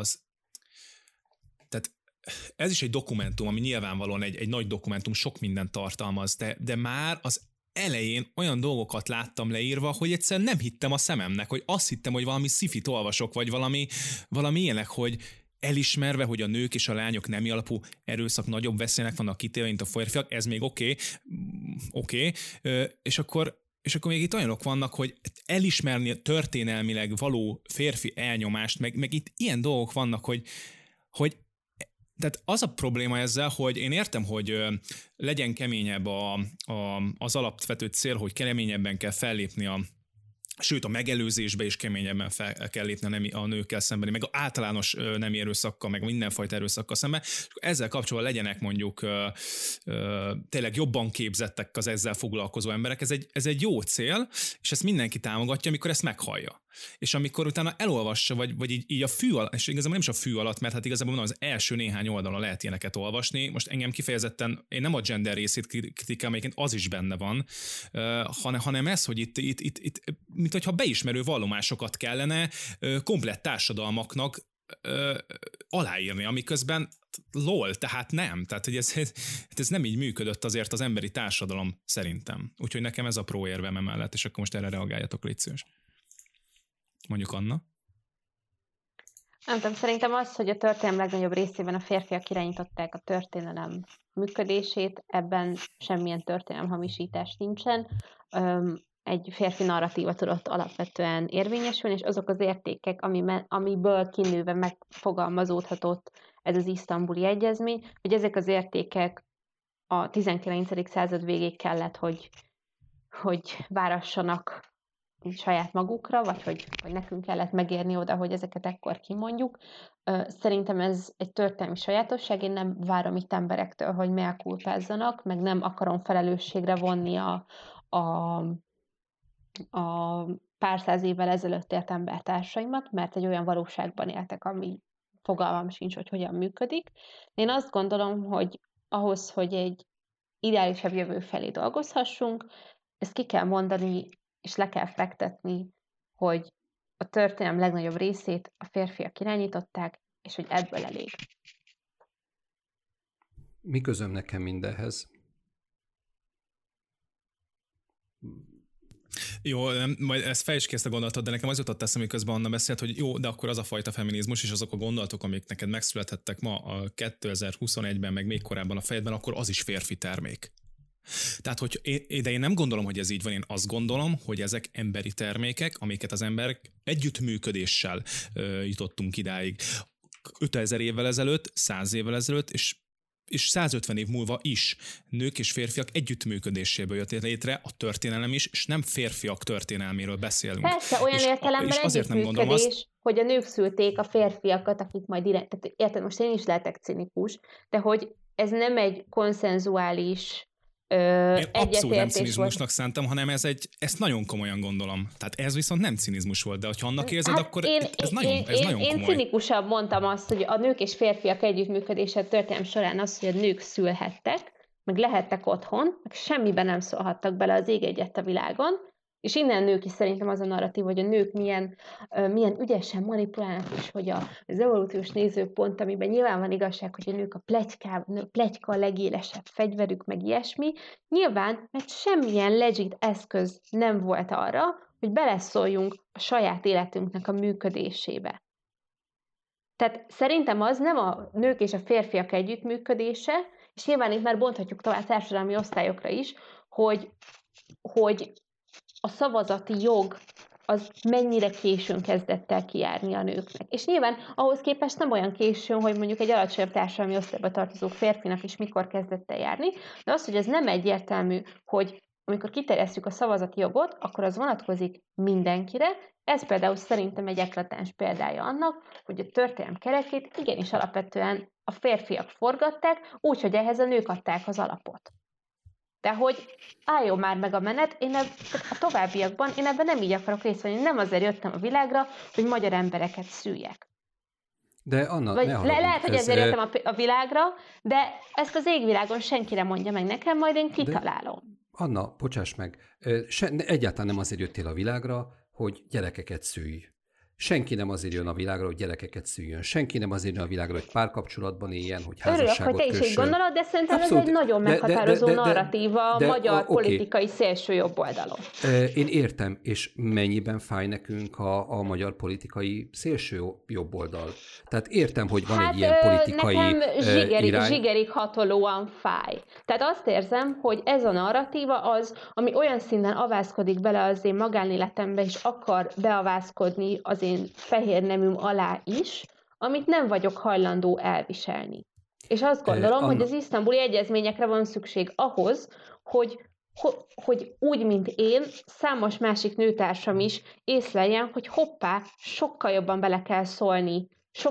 tehát ez is egy dokumentum, ami nyilvánvalóan egy nagy dokumentum, sok mindent tartalmaz, de már az elején olyan dolgokat láttam leírva, hogy egyszerűen nem hittem a szememnek, hogy azt hittem, hogy valami szifit olvasok, vagy valami ilyenek, hogy elismerve, hogy a nők és a lányok nemi alapú erőszak nagyobb veszélynek vannak kitéve, mint a férfiak, ez még oké. És akkor még itt olyanok vannak, hogy elismerni történelmileg való férfi elnyomást, meg itt ilyen dolgok vannak, hogy tehát az a probléma ezzel, hogy én értem, hogy legyen keményebb az alapvető cél, hogy keményebben kell fellépni sőt a megelőzésbe is keményebben fel kell lépni a nőkkel szembeni, meg általános nemi erőszakkal, meg mindenfajta erőszakkal szemben, és ezzel kapcsolatban legyenek mondjuk tényleg jobban képzettek az ezzel foglalkozó emberek, ez egy jó cél, és ezt mindenki támogatja, amikor ezt meghallja. És amikor utána elolvassa, vagy így a fű alatt, és igazából nem is a fű alatt, mert hát igazából az első néhány oldalon lehet ilyeneket olvasni, most engem kifejezetten, én nem a gender részét kritikálom, egyébként az is benne van, hanem ez, hogy itt mint hogyha beismerő vallomásokat kellene komplett társadalmaknak aláírni, amiközben tehát nem. Tehát, hogy ez nem így működött azért az emberi társadalom szerintem. Úgyhogy nekem ez a pro érvem emellett, és akkor most erre reagáljatok, légy szíves. Mondjuk Anna? Nem tudom, szerintem az, hogy a történelem legnagyobb részében a férfiak irányították a történelem működését, ebben semmilyen történelem hamisítás nincsen. Egy férfi narratíva tudott alapvetően érvényesülni, és azok az értékek, amiből kinőve megfogalmazódhatott ez az isztambuli egyezmény, hogy ezek az értékek a 19. század végéig kellett, hogy várassanak saját magukra, vagy hogy nekünk kellett megérni oda, hogy ezeket ekkor kimondjuk. Szerintem ez egy történelmi sajátosság, én nem várom itt emberektől, hogy melkulpázzanak, meg nem akarom felelősségre vonni a pár száz évvel ezelőtt ért embertársaimat, mert egy olyan valóságban éltek, ami fogalmam sincs, hogy hogyan működik. Én azt gondolom, hogy ahhoz, hogy egy ideálisabb jövő felé dolgozhassunk, ezt ki kell mondani, és le kell fektetni, hogy a történelem legnagyobb részét a férfiak irányították, és hogy ebből elég. Mi közöm nekem mindenhez? Jó, majd ezt fejtsd ki ezt a gondolatot, de nekem az jutott eszembe, miközben Anna beszélt, hogy jó, de akkor az a fajta feminizmus, és azok a gondolatok, amik neked megszülethettek ma a 2021-ben, meg még korábban a fejedben, akkor az is férfi termék. Tehát, de én nem gondolom, hogy ez így van, én azt gondolom, hogy ezek emberi termékek, amiket az emberek együttműködéssel jutottunk idáig. 5000 évvel ezelőtt, 100 évvel ezelőtt, és 150 év múlva is nők és férfiak együttműködéséből jött létre a történelem is, és nem férfiak történelméről beszélünk. Persze, olyan értelemben együttműködés, hogy a nők szülték a férfiakat, akik majd tehát érted, most én is lehetek cinikus, de hogy ez nem egy konszenzuális én abszolút nem cinizmusnak szántam, hanem ezt nagyon komolyan gondolom. Tehát ez viszont nem cinizmus volt, de ha annak érzed, akkor ez nagyon komoly. Én cinikusabb mondtam azt, hogy a nők és férfiak együttműködése történelem során az, hogy a nők szülhettek, meg lehettek otthon, meg semmiben nem szólhattak bele az ég egyet a világon, és innen nők is szerintem az a narratív, hogy a nők milyen ügyesen manipulálnak, és hogy az evolúciós nézőpont, amiben nyilván van igazság, hogy a nők a pletyka a legélesebb fegyverük, meg ilyesmi, nyilván, mert semmilyen legit eszköz nem volt arra, hogy beleszóljunk a saját életünknek a működésébe. Tehát szerintem az nem a nők és a férfiak együttműködése, és nyilván itt már bonthatjuk tovább társadalmi osztályokra is, hogy a szavazati jog az mennyire későn kezdett el kijárni a nőknek. És nyilván ahhoz képest nem olyan későn, hogy mondjuk egy alacsonyabb társadalmi osztályba tartozó férfinak is mikor kezdett el járni, de az, hogy ez nem egyértelmű, hogy amikor kiterjesztjük a szavazati jogot, akkor az vonatkozik mindenkire. Ez például szerintem egy eklatáns példája annak, hogy a történelem kerekét igenis alapvetően a férfiak forgatták, úgyhogy ehhez a nők adták az alapot. De hogy álljon már meg a menet, a továbbiakban én ebben nem így akarok részt venni, nem azért jöttem a világra, hogy magyar embereket szüljek. De Anna, vagy lehet, hogy ezért jöttem a világra, de ezt az égvilágon senki nem mondja meg nekem, majd én kitalálom. Anna, bocsáss meg, egyáltalán nem azért jöttél a világra, hogy gyerekeket szülj. Senki nem azért jön a világra, hogy gyerekeket szüljön. Senki nem azért jön a világra, hogy párkapcsolatban éljen, hogy házasságot kössön. Örülök, hogy te is így gondolod, de szerintem abszolút, ez egy nagyon meghatározó narratíva a magyar politikai szélső jobb oldalon. Én értem, és mennyiben fáj nekünk a magyar politikai szélső jobb oldal? Tehát értem, hogy van egy ilyen politikai nekem zsigerig hatolóan fáj. Tehát azt érzem, hogy ez a narratíva az, ami olyan szinten avászkodik bele az én magánéletembe, és akar beavászkodni az én fehér neműm alá is, amit nem vagyok hajlandó elviselni. És azt gondolom, hogy az isztambuli egyezményekre van szükség ahhoz, hogy úgy, mint én, számos másik nőtársam is észleljen, hogy hoppá, sokkal jobban bele kell szólni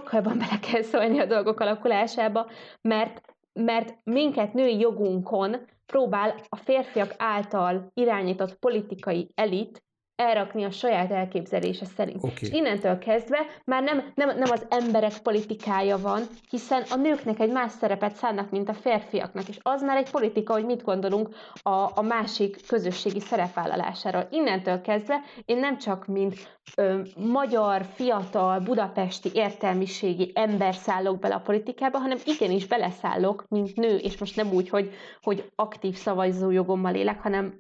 a dolgok alakulásába, mert minket női jogunkon próbál a férfiak által irányított politikai elit elrakni a saját elképzelése szerint. Okay. És innentől kezdve már nem az emberek politikája van, hiszen a nőknek egy más szerepet szánnak, mint a férfiaknak, és az már egy politika, hogy mit gondolunk a másik közösségi szerepvállalásáról. Innentől kezdve én nem csak mint magyar, fiatal, budapesti értelmiségi ember szállok bele a politikába, hanem igenis beleszállok, mint nő, és most nem úgy, hogy aktív szavazójogommal élek, hanem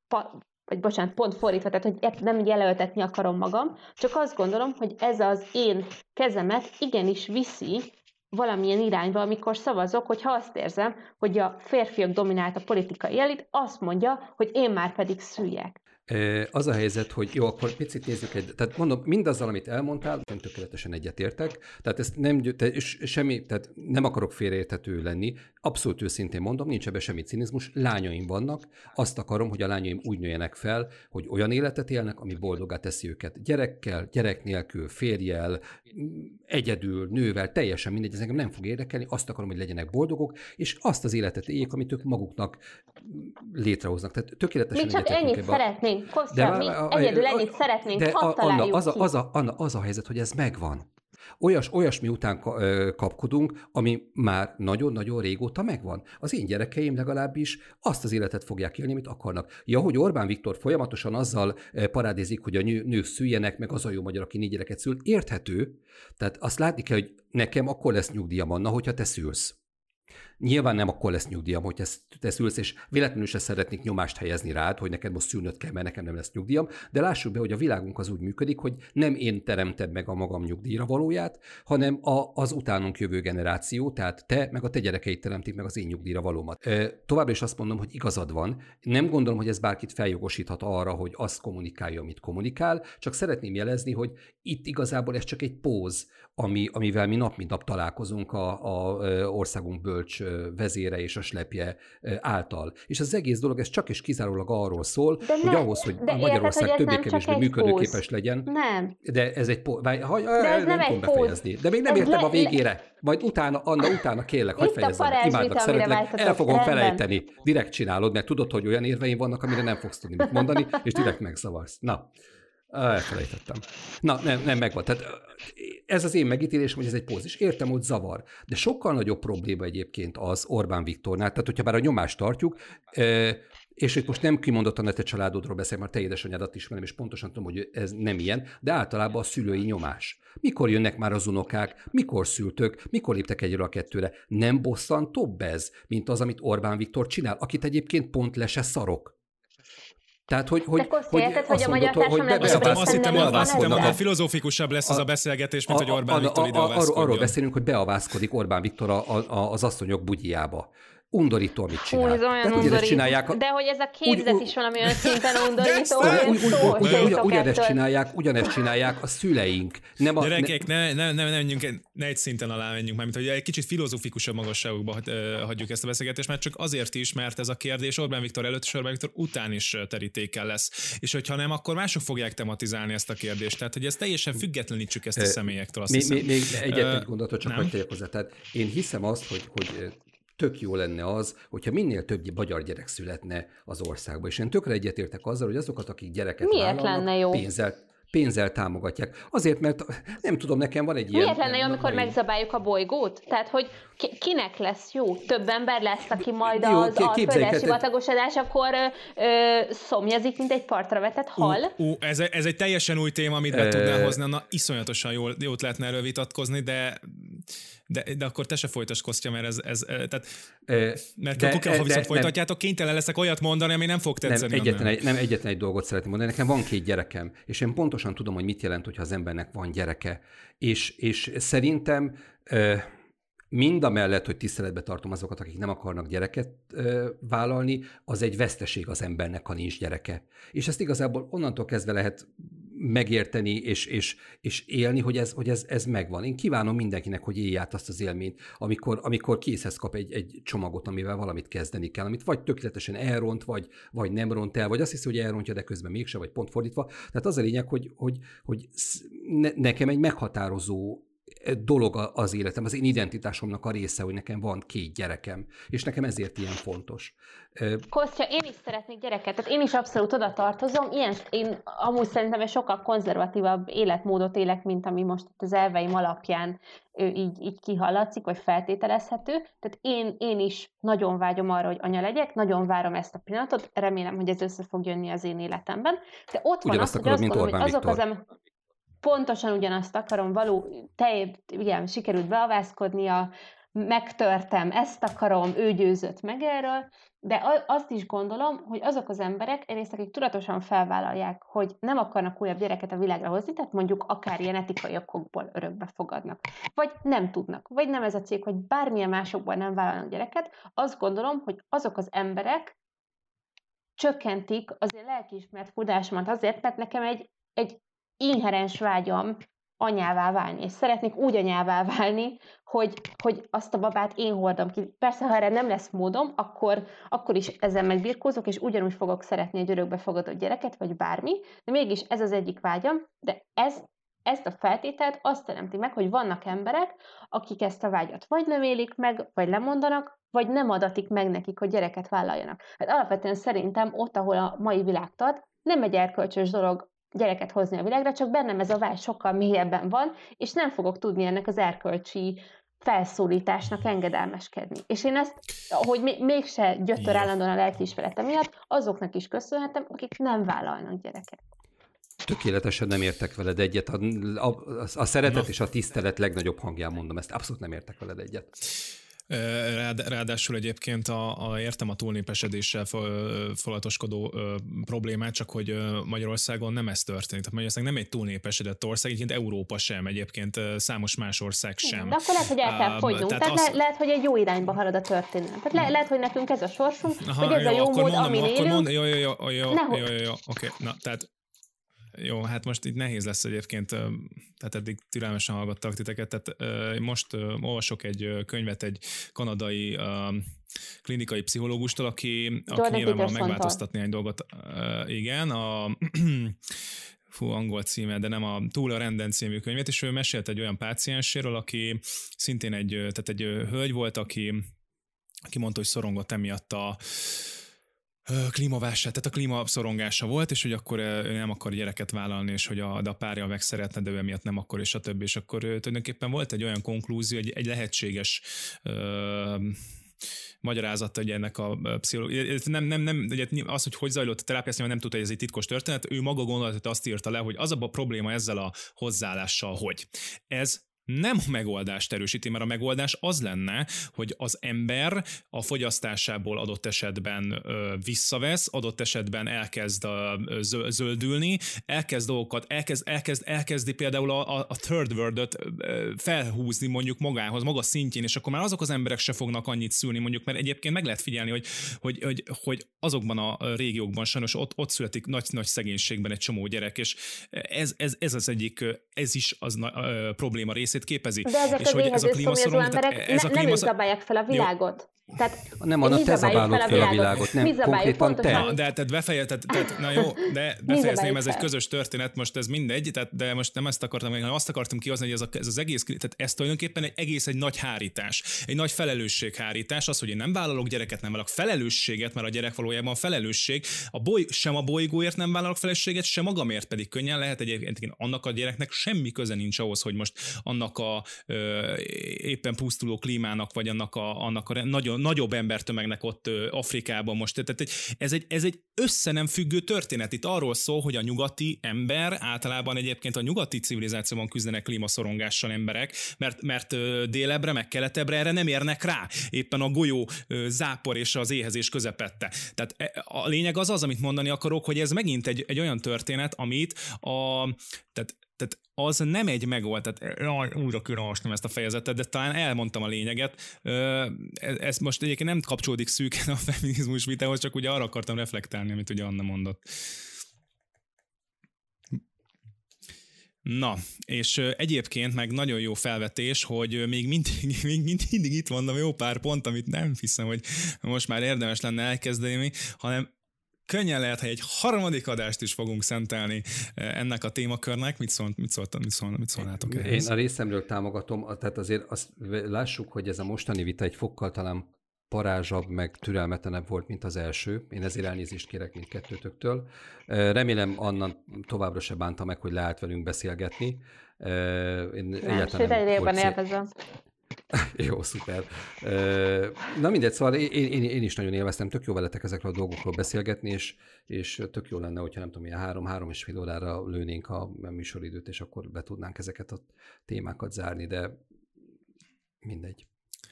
pont fordítva, tehát hogy nem jelöltetni akarom magam, csak azt gondolom, hogy ez az én kezemet igenis viszi valamilyen irányba, amikor szavazok, hogyha azt érzem, hogy a férfiak dominált a politikai elit, azt mondja, hogy én már pedig szüljek. Az a helyzet, hogy jó, akkor picit nézzük tehát mondom, mindazzal, amit elmondtál, én tökéletesen egyetértek, tehát ezt tehát nem akarok félreérthető lenni, abszolút őszintén mondom, nincs ebben semmi cinizmus, lányaim vannak, azt akarom, hogy a lányaim úgy nőjenek fel, hogy olyan életet élnek, ami boldoggá teszi őket. Gyerekkel, gyerek nélkül, férjjel, egyedül, nővel, teljesen mindegy, ez engem nem fog érdekelni, azt akarom, hogy legyenek boldogok, és azt az életet éljék, amit ők maguknak létrehoznak. Tehát tökéletesen mi csak ennyit szeretnénk, Kostya, mi egyedül ennyit szeretnénk, hadd találjuk Anna, az a helyzet, hogy ez megvan. Olyasmi után kapkodunk, ami már nagyon-nagyon régóta megvan. Az én gyerekeim legalábbis azt az életet fogják élni, amit akarnak. Ja, hogy Orbán Viktor folyamatosan azzal parádézik, hogy a nők szüljenek, meg az a jó magyar, aki 4 gyereket szül, érthető. Tehát azt látni kell, hogy nekem akkor lesz nyugdíjam, Anna, hogyha te szülsz. Nyilván nem akkor lesz nyugdíjam, hogy te szülsz, és véletlenül se szeretnék nyomást helyezni rád, hogy neked most szülnöd kell, mert nekem nem lesz nyugdíjam, de lássuk be, hogy a világunk az úgy működik, hogy nem én teremted meg a magam nyugdíjra valóját, hanem az utánunk jövő generáció, tehát te meg a te gyerekeid teremtik meg az én nyugdíjra valómat. Továbbra is azt mondom, hogy igazad van. Nem gondolom, hogy ez bárkit feljogosíthat arra, hogy azt kommunikálja, amit kommunikál, csak szeretném jelezni, hogy itt igazából ez csak egy póz, amivel mi nap mint nap találkozunk a országunk bölcs vezére és a slepje által. És az egész dolog, ez csak és kizárólag arról szól, hogy ahhoz, hogy Magyarország többé-kevésbé működőképes legyen. Nem. De ez egy nem tudom befejezni. De még nem értem a végére. Majd utána kérlek, hogy fejezzem. Imádlak, szeretlek, el fogom felejteni. Direkt csinálod, mert tudod, hogy olyan érveim vannak, amire nem fogsz tudni mit mondani, és direkt megszavarsz. Na. Elfelejtettem. Na, nem megvan. Tehát ez az én megítélésem, hogy ez egy póz. És értem, hogy zavar. De sokkal nagyobb probléma egyébként az Orbán Viktornál. Tehát, hogyha bár a nyomást tartjuk, és itt most nem kimondottan a te családodról beszélek, mert te édesanyádat ismerem, és pontosan tudom, hogy ez nem ilyen, de általában a szülői nyomás. Mikor jönnek már az unokák, mikor szültök, mikor léptek egyről a kettőre? Nem bosszantóbb ez, mint az, amit Orbán Viktor csinál, akit egyébként pont le se szarok. Tehát, hogy érted, hogy a magyar társadalom azt hittem, hogy filozófikusabb lesz az a beszélgetés, mint hogy Orbán Viktor ide avázkodjon. Arról beszélünk, hogy beavázkodik Orbán Viktor az asszonyok bugyjába. Undorító, amit csinál. Tehát ugyanezt csinálják. De hogy ez a képzet is valami olyan szinten undorító, ugyanezt csinálják a szüleink. Gyerekek, ne egy szinten alá menjünk már, mint hogy egy kicsit filozófikusabb magasságokba hagyjuk ezt a beszélgetést, mert csak azért is, mert ez a kérdés Orbán Viktor előtt és Orbán Viktor után is terítéken lesz. És hogyha nem, akkor mások fogják tematizálni ezt a kérdést. Tehát, hogy ezt teljesen függetlenítsük ezt a személyektől. Még egy gondolatot csak hogy tegyek hozzá. Tehát én hiszem azt, hogy tök jó lenne az, hogyha minél több magyar gyerek születne az országba. És én tökre egyetértek azzal, hogy azokat, akik gyereket vállalnak, pénzzel támogatják. Azért, mert nem tudom, nekem van egy ilyen... Miért lenne jó, amikor megzabáljuk a bolygót? Tehát, hogy kinek lesz jó? Több ember lesz, aki majd az alföldes sivatagosodásakor szomjazik, mint egy partra vetett hal? Ez egy teljesen új téma, amit be tudnál hozni. Na, iszonyatosan jót lehetne erről vitatkozni, de akkor te se folytasd, Kostya, mert ha viszont folytatjátok, kénytelen leszek olyat mondani, ami nem fog tetszeni. Egyetlen egy dolgot szeretném mondani. Nekem van 2 gyerekem, és én pontosan tudom, hogy mit jelent, hogyha az embernek van gyereke. És szerintem mindamellett, hogy tiszteletbe tartom azokat, akik nem akarnak gyereket vállalni, az egy veszteség az embernek, ha nincs gyereke. És ezt igazából onnantól kezdve lehet megérteni és élni, hogy ez megvan. Én kívánom mindenkinek, hogy élj át azt az élményt, amikor készhez kap egy csomagot, amivel valamit kezdeni kell, amit vagy tökéletesen elront, vagy nem ront el, vagy azt hiszi, hogy elrontja, de közben mégse, vagy pont fordítva. Tehát az a lényeg, hogy nekem egy meghatározó dolog az életem, az én identitásomnak a része, hogy nekem van 2 gyerekem, és nekem ezért ilyen fontos. Kostya, én is szeretnék gyereket, tehát én is abszolút oda tartozom. Én amúgy szerintem egy sokkal konzervatívabb életmódot élek, mint ami most az elveim alapján így kihallatszik, vagy feltételezhető. Tehát én is nagyon vágyom arra, hogy anya legyek, nagyon várom ezt a pillanatot, remélem, hogy ez össze fog jönni az én életemben. De ott van az, hogy azt gondolom, hogy azok az pontosan ugyanazt akarom, igen, sikerült beavázkodnia, megtörtem, ezt akarom, ő győzött meg erről, de azt is gondolom, hogy azok az emberek, egyrészt akik tudatosan felvállalják, hogy nem akarnak újabb gyereket a világra hozni, tehát mondjuk akár ilyen etikai okokból örökbe fogadnak, vagy nem tudnak, vagy nem ez a cég, vagy bármilyen másokból nem vállalnak gyereket, azt gondolom, hogy azok az emberek csökkentik az én lelkiismeret forrásomat azért, mert nekem egy inherens vágyam anyává válni, és szeretnék úgy anyává válni, hogy azt a babát én hordom ki. Persze, ha erre nem lesz módom, akkor is ezzel megbirkózok, és ugyanúgy fogok szeretni egy örökbefogadott gyereket, vagy bármi, de mégis ez az egyik vágyam, de ezt a feltételt azt teremti meg, hogy vannak emberek, akik ezt a vágyat vagy nem élik meg, vagy lemondanak, vagy nem adatik meg nekik, hogy gyereket vállaljanak. Hát alapvetően szerintem ott, ahol a mai világ tart, nem egy erkölcsös dolog gyereket hozni a világra, csak bennem ez a vágy sokkal mélyebben van, és nem fogok tudni ennek az erkölcsi felszólításnak engedelmeskedni. És én ezt, hogy mégse gyötör állandóan a lelkiismerete miatt, azoknak is köszönhetem, akik nem vállalnak gyereket. Tökéletesen nem értek veled egyet. A szeretet és a tisztelet legnagyobb hangján mondom ezt. Abszolút nem értek veled egyet. Ráadásul egyébként értem a túlnépesedéssel folatoskodó problémát, csak hogy Magyarországon nem ez történik. Tehát Magyarország nem egy túlnépesedett ország, egyébként Európa sem, egyébként számos más ország sem. De akkor lehet, hogy el kell fogynunk. Tehát lehet, hogy egy jó irányba halad a történet. Tehát lehet, hogy nekünk ez a sorsunk, hogy ez a jó mód, amin élünk. Jó, oké. Na, tehát jó, hát most itt nehéz lesz egyébként, tehát eddig türelmesen hallgattak titeket, tehát most olvasok egy könyvet egy kanadai klinikai pszichológustól, aki nyilvánvalóan megváltoztat néhány dolgot. Igen, angol címe, de nem Túl a renden című könyvet, és ő mesélt egy olyan pácienséről, aki szintén egy hölgy volt, aki mondta, hogy szorongott emiatt a klímaválság, tehát a klímaszorongása volt, és hogy akkor ő nem akar gyereket vállalni, és hogy a párja meg szeretne, de ő emiatt nem akar, és a többi. És akkor tulajdonképpen volt egy olyan konklúzió, egy lehetséges magyarázata, hogy ennek a pszichológia, nem, az, hogy zajlott a terápia, nem tudta, hogy ez egy titkos történet, ő maga gondolat, azt írta le, hogy az a probléma ezzel a hozzáállással, hogy ez nem a megoldást erősíti, mert a megoldás az lenne, hogy az ember a fogyasztásából adott esetben visszavesz, adott esetben elkezd zöldülni, elkezd dolgokat, elkezdi például a third world-öt felhúzni mondjuk maga szintjén, és akkor már azok az emberek se fognak annyit szülni mondjuk, mert egyébként meg lehet figyelni, hogy azokban a régiókban sajnos ott születik nagy szegénységben egy csomó gyerek, és ez az egyik, ez is az probléma részét képezi. De ezek és az éhező szomjazó emberek nem ők zabálják fel a világot. Tehát nem, annak te zabálod fel a világot, nem konkrétan te. De na jó, de befejezném, ez egy közös történet, most ez mindegy, de most nem ezt akartam, hanem azt akartam kihozni, hogy ez az egész, tehát ez tulajdonképpen egy nagy hárítás, egy nagy felelősséghárítás, az, hogy én nem vállalok gyereket, nem vállalok felelősséget, mert a gyerek valójában felelősség, sem a bolygóért nem vállalok felelősséget, sem magamért pedig könnyen lehet, egyébként annak a gyereknek semmi köze nincs ahhoz, hogy most annak a éppen pusztuló klímának, vagy annak a nagyon nagyobb embertömegnek ott Afrikában most. Tehát ez egy össze nem függő történet. Itt arról szól, hogy a nyugati ember, általában egyébként a nyugati civilizációban küzdenek klímaszorongással emberek, mert délebbre, meg keletebbre erre nem érnek rá. Éppen a golyó zápor és az éhezés közepette. Tehát a lényeg az, amit mondani akarok, hogy ez megint egy olyan történet, amit tehát az nem egy megold, tehát újra kiolvastam ezt a fejezetet, de talán elmondtam a lényeget. Ez most egyébként nem kapcsolódik szűken a feminizmus vitához, csak ugye arra akartam reflektálni, amit ugye Anna mondott. Na, és egyébként meg nagyon jó felvetés, hogy még mindig itt van jó pár pont, amit nem hiszem, hogy most már érdemes lenne elkezdeni, hanem könnyen lehet, hogy egy harmadik adást is fogunk szentelni ennek a témakörnek. Mit szólnátok ehhez? Én a részemről támogatom, tehát azért azt lássuk, hogy ez a mostani vita egy fokkal talán parázsabb, meg türelmetlenebb volt, mint az első. Én ezért elnézést kérek mindkettőtöktől. Remélem Anna továbbra se bánta meg, hogy leállt velünk beszélgetni. Én egyáltalán élvezem. Jó, szuper. Na mindegy, szóval én is nagyon élveztem, tök jó veletek ezekről a dolgokról beszélgetni, és tök jó lenne, hogyha nem tudom, ilyen 3-3,5 órára lőnénk a műsoridőt, és akkor be tudnánk ezeket a témákat zárni, de mindegy.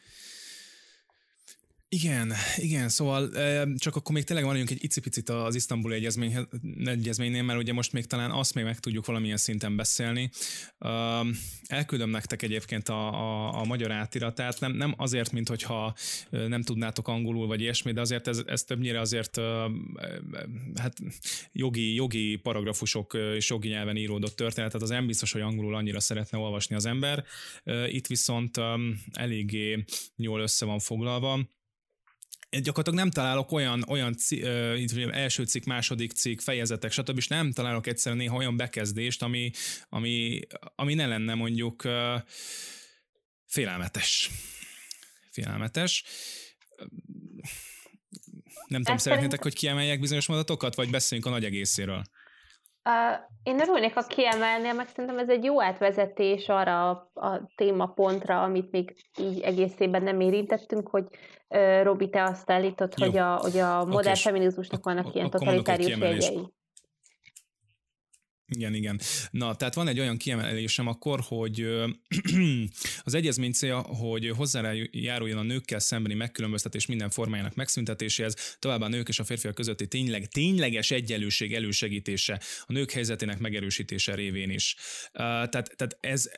Igen, szóval csak akkor még tényleg maradjunk egy icipicit az isztambuli egyezménynél, mert ugye most még talán azt még meg tudjuk valamilyen szinten beszélni. Elküldöm nektek egyébként a magyar átiratát, nem azért, mint hogyha nem tudnátok angolul vagy ilyesmi, de azért ez többnyire azért hát jogi paragrafusok és jogi nyelven íródott történet, tehát az nem biztos, hogy angolul annyira szeretne olvasni az ember. Itt viszont eléggé jól össze van foglalva. Gyakorlatilag nem találok olyan első cikk, második cikk, fejezetek, stb. És nem találok egyszerűen néha olyan bekezdést, ami ne lenne mondjuk félelmetes. Nem tudom, szeretnétek, hogy kiemeljek bizonyos mondatokat, vagy beszéljünk a nagy egészéről? Én örülnék, ha kiemelnél, meg szerintem ez egy jó átvezetés arra a témapontra, amit még így egészében nem érintettünk, hogy Robi, te azt állítod, hogy a modern feminizmusnak vannak ilyen totalitárius jegyei. Igen. Na, tehát van egy olyan kiemelésem akkor, hogy az egyezmény célja, hogy hozzájáruljon a nőkkel szembeni megkülönböztetés minden formájának megszüntetéséhez, továbbá a nők és a férfiak közötti tényleges egyenlőség elősegítése, a nők helyzetének megerősítése révén is. Tehát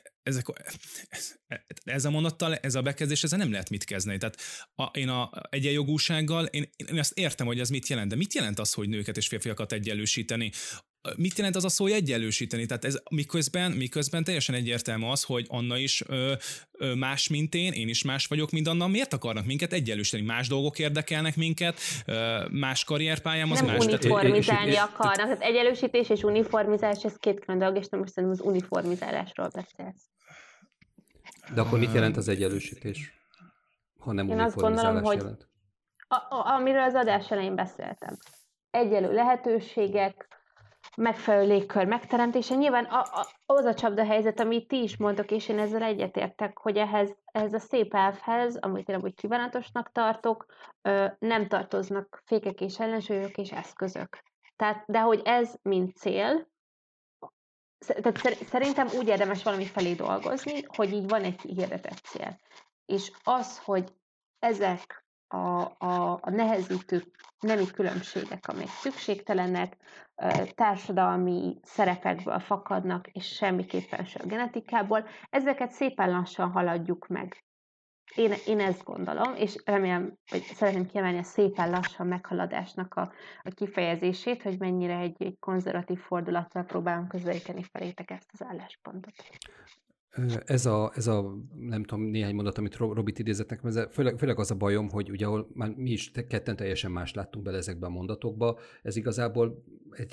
ez a mondattal, ez a bekezdés, ezzel nem lehet mit kezdeni. Tehát én a egyenjogúsággal, én azt értem, hogy ez mit jelent, de mit jelent az, hogy nőket és férfiakat egyenlősíteni? Mit jelent az a szó, hogy egyenlősíteni? Tehát ez miközben teljesen egyértelmű az, hogy Anna is más, mint én is más vagyok, mint Anna. Miért akarnak minket egyenlősíteni? Más dolgok érdekelnek minket, más karrierpályám az nem más. Nem uniformizálni akarnak. Tehát egyenlősítés és uniformizálás, ez két külön dolog, és nem most szerintem az uniformizálásról beszélsz. De akkor mit jelent az egyenlősítés? Ha nem uniformizálás jelent? Amiről az adás elején beszéltem. Egyenlő lehetőségek, megfelelő légkör megteremtése. Nyilván az a csapdahelyzet, amit ti is mondtok, és én ezzel egyetértek, hogy ehhez a szép elfhez, amit én amúgy kívánatosnak tartok, nem tartoznak fékek és ellensúlyok és eszközök. Tehát, de hogy ez mint cél, tehát szerintem úgy érdemes valami felé dolgozni, hogy így van egy hirdetett cél. És az, hogy ezek a nehezítő nemi különbségek, amik szükségtelenek, társadalmi szerepekből fakadnak, és semmiképpen sem a genetikából, ezeket szépen lassan haladjuk meg. Én ezt gondolom, és remélem, hogy szeretném kiemelni a szépen lassan meghaladásnak a kifejezését, hogy mennyire egy konzervatív fordulattal próbálom közelíteni felétek ezt az álláspontot. Ez a nem tudom, néhány mondat, amit Robit idézett nekem, főleg az a bajom, hogy ugye ahol már mi is ketten teljesen más láttunk bele ezekbe a mondatokba, ez igazából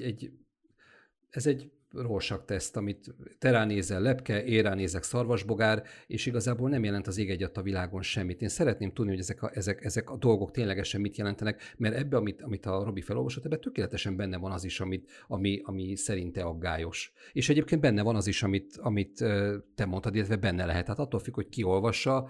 egy Rorschach-teszt, amit te ránézel lepke, én ránézek szarvasbogár, és igazából nem jelent az ég egyat a világon semmit. Én szeretném tudni, hogy ezek a dolgok ténylegesen mit jelentenek, mert ebbe, amit a Robi felolvasott, ebben tökéletesen benne van az is, ami szerinte aggályos. És egyébként benne van az is, amit te mondtad, illetve benne lehet. Hát attól függ, hogy ki olvassa,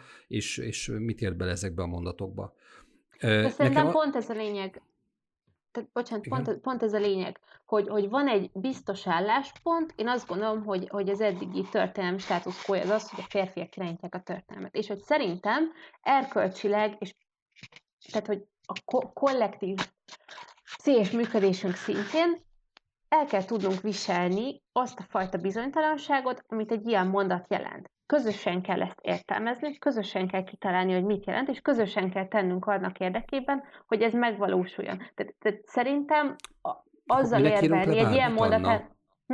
és mit ért bele ezekbe a mondatokba. De szerintem pont ez a lényeg. Tehát, bocsánat, pont ez a lényeg, hogy van egy biztos álláspont, én azt gondolom, hogy az eddigi történelmi státusz quo az, hogy a férfiak irányítják a történelmet. És hogy szerintem erkölcsileg, és tehát, hogy a kollektív pszichés működésünk szintjén el kell tudnunk viselni azt a fajta bizonytalanságot, amit egy ilyen mondat jelent. Közösen kell ezt értelmezni, közösen kell kitalálni, hogy mit jelent, és közösen kell tennünk annak érdekében, hogy ez megvalósuljon. Tehát szerintem azzal érvelni egy ilyen mondatát...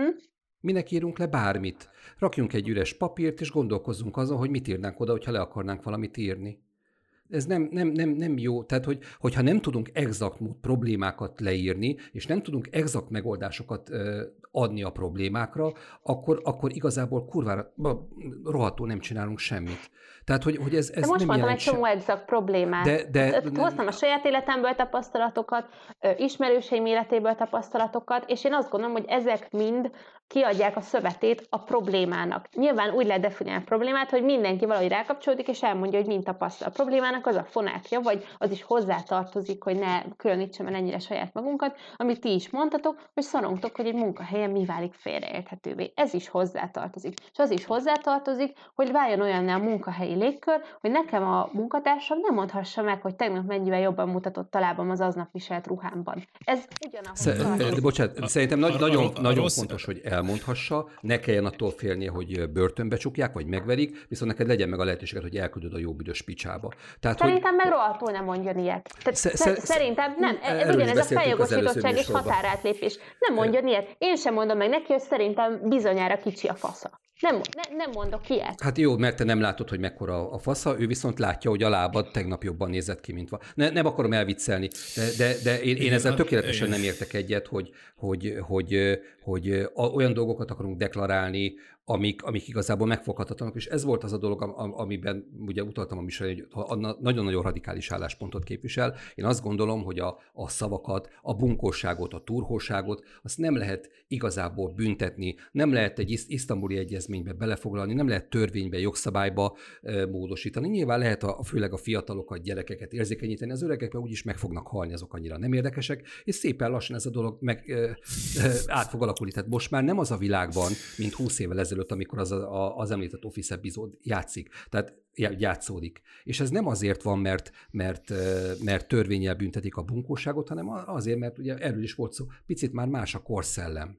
Minek írunk le bármit? Rakjunk egy üres papírt, és gondolkozzunk azon, hogy mit írnánk oda, hogyha le akarnánk valamit írni. Ez nem jó, tehát hogyha nem tudunk exakt problémákat leírni, és nem tudunk exakt megoldásokat adni a problémákra, akkor igazából kurvára rohadtul nem csinálunk semmit. Tehát, hogy ez de most mondtam egy csomó exakt problémát. De hoztam a saját életemből tapasztalatokat, ismerőseim életéből tapasztalatokat, és én azt gondolom, hogy ezek mind kiadják a szövetét a problémának. Nyilván úgy lehet definiálni a problémát, hogy mindenki valahogy rákapcsolódik, és elmondja, hogy mind tapasztal. A problémának az a fonákja, vagy az is hozzátartozik, hogy ne különítsem el ennyire saját magunkat, amit ti is mondtatok, hogy szorongtok, hogy egy munkahelyen mi válik félreérthetővé. Ez is hozzátartozik. És az is hozzátartozik, hogy váljon olyanná a munkahelyi légkör, hogy nekem a munkatársam nem mondhassa meg, hogy tegnap mennyivel jobban mutatott a lábam az aznap viselt ruhámban. Ez ugyanahhoz bocsánat, szerintem nagyon fontos, hogy elmondhassa, ne kelljen attól félnie, hogy börtönbe csukják, vagy megverik, viszont neked legyen meg a lehetőséget, hogy elküldöd a jó büdös picsába. Tehát, szerintem meg rohadtul nem mondjon ilyet. Szerintem nem. Ugyanez a feljogosítottság és határátlépés. Nem mondjon ilyet. Én sem mondom meg neki, hogy szerintem bizonyára kicsi a fasza. Nem mondok ilyet. Hát jó, mert te nem látod, hogy mekkora a fasza, ő viszont látja, hogy a lábad tegnap jobban nézett ki, mint nem akarom elviccelni, de én ezzel tökéletesen nem értek egyet, hogy olyan dolgokat akarunk deklarálni, amik igazából megfoghatatlanok, és ez volt az a dolog, amiben ugye utaltam a Michel, hogy nagyon-nagyon radikális álláspontot képvisel. Én azt gondolom, hogy a szavakat, a bunkóságot, a turhóságot, azt nem lehet igazából büntetni, nem lehet egy isztambuli egyezménybe belefoglalni, nem lehet törvénybe, jogszabályba módosítani. Nyilván lehet főleg a fiatalokat, gyerekeket érzékenyíteni, az öregekben úgyis meg fognak halni, azok annyira nem érdekesek, és szépen lassan ez a dolog át fog alakulni. Tehát most már nem az a világban, mint 20 évvel ezelőtt, amikor az említett Office epizód játszódik. És ez nem azért van, mert törvénnyel büntetik a bunkóságot, hanem azért, mert ugye erről is volt szó, picit már más a korszellem.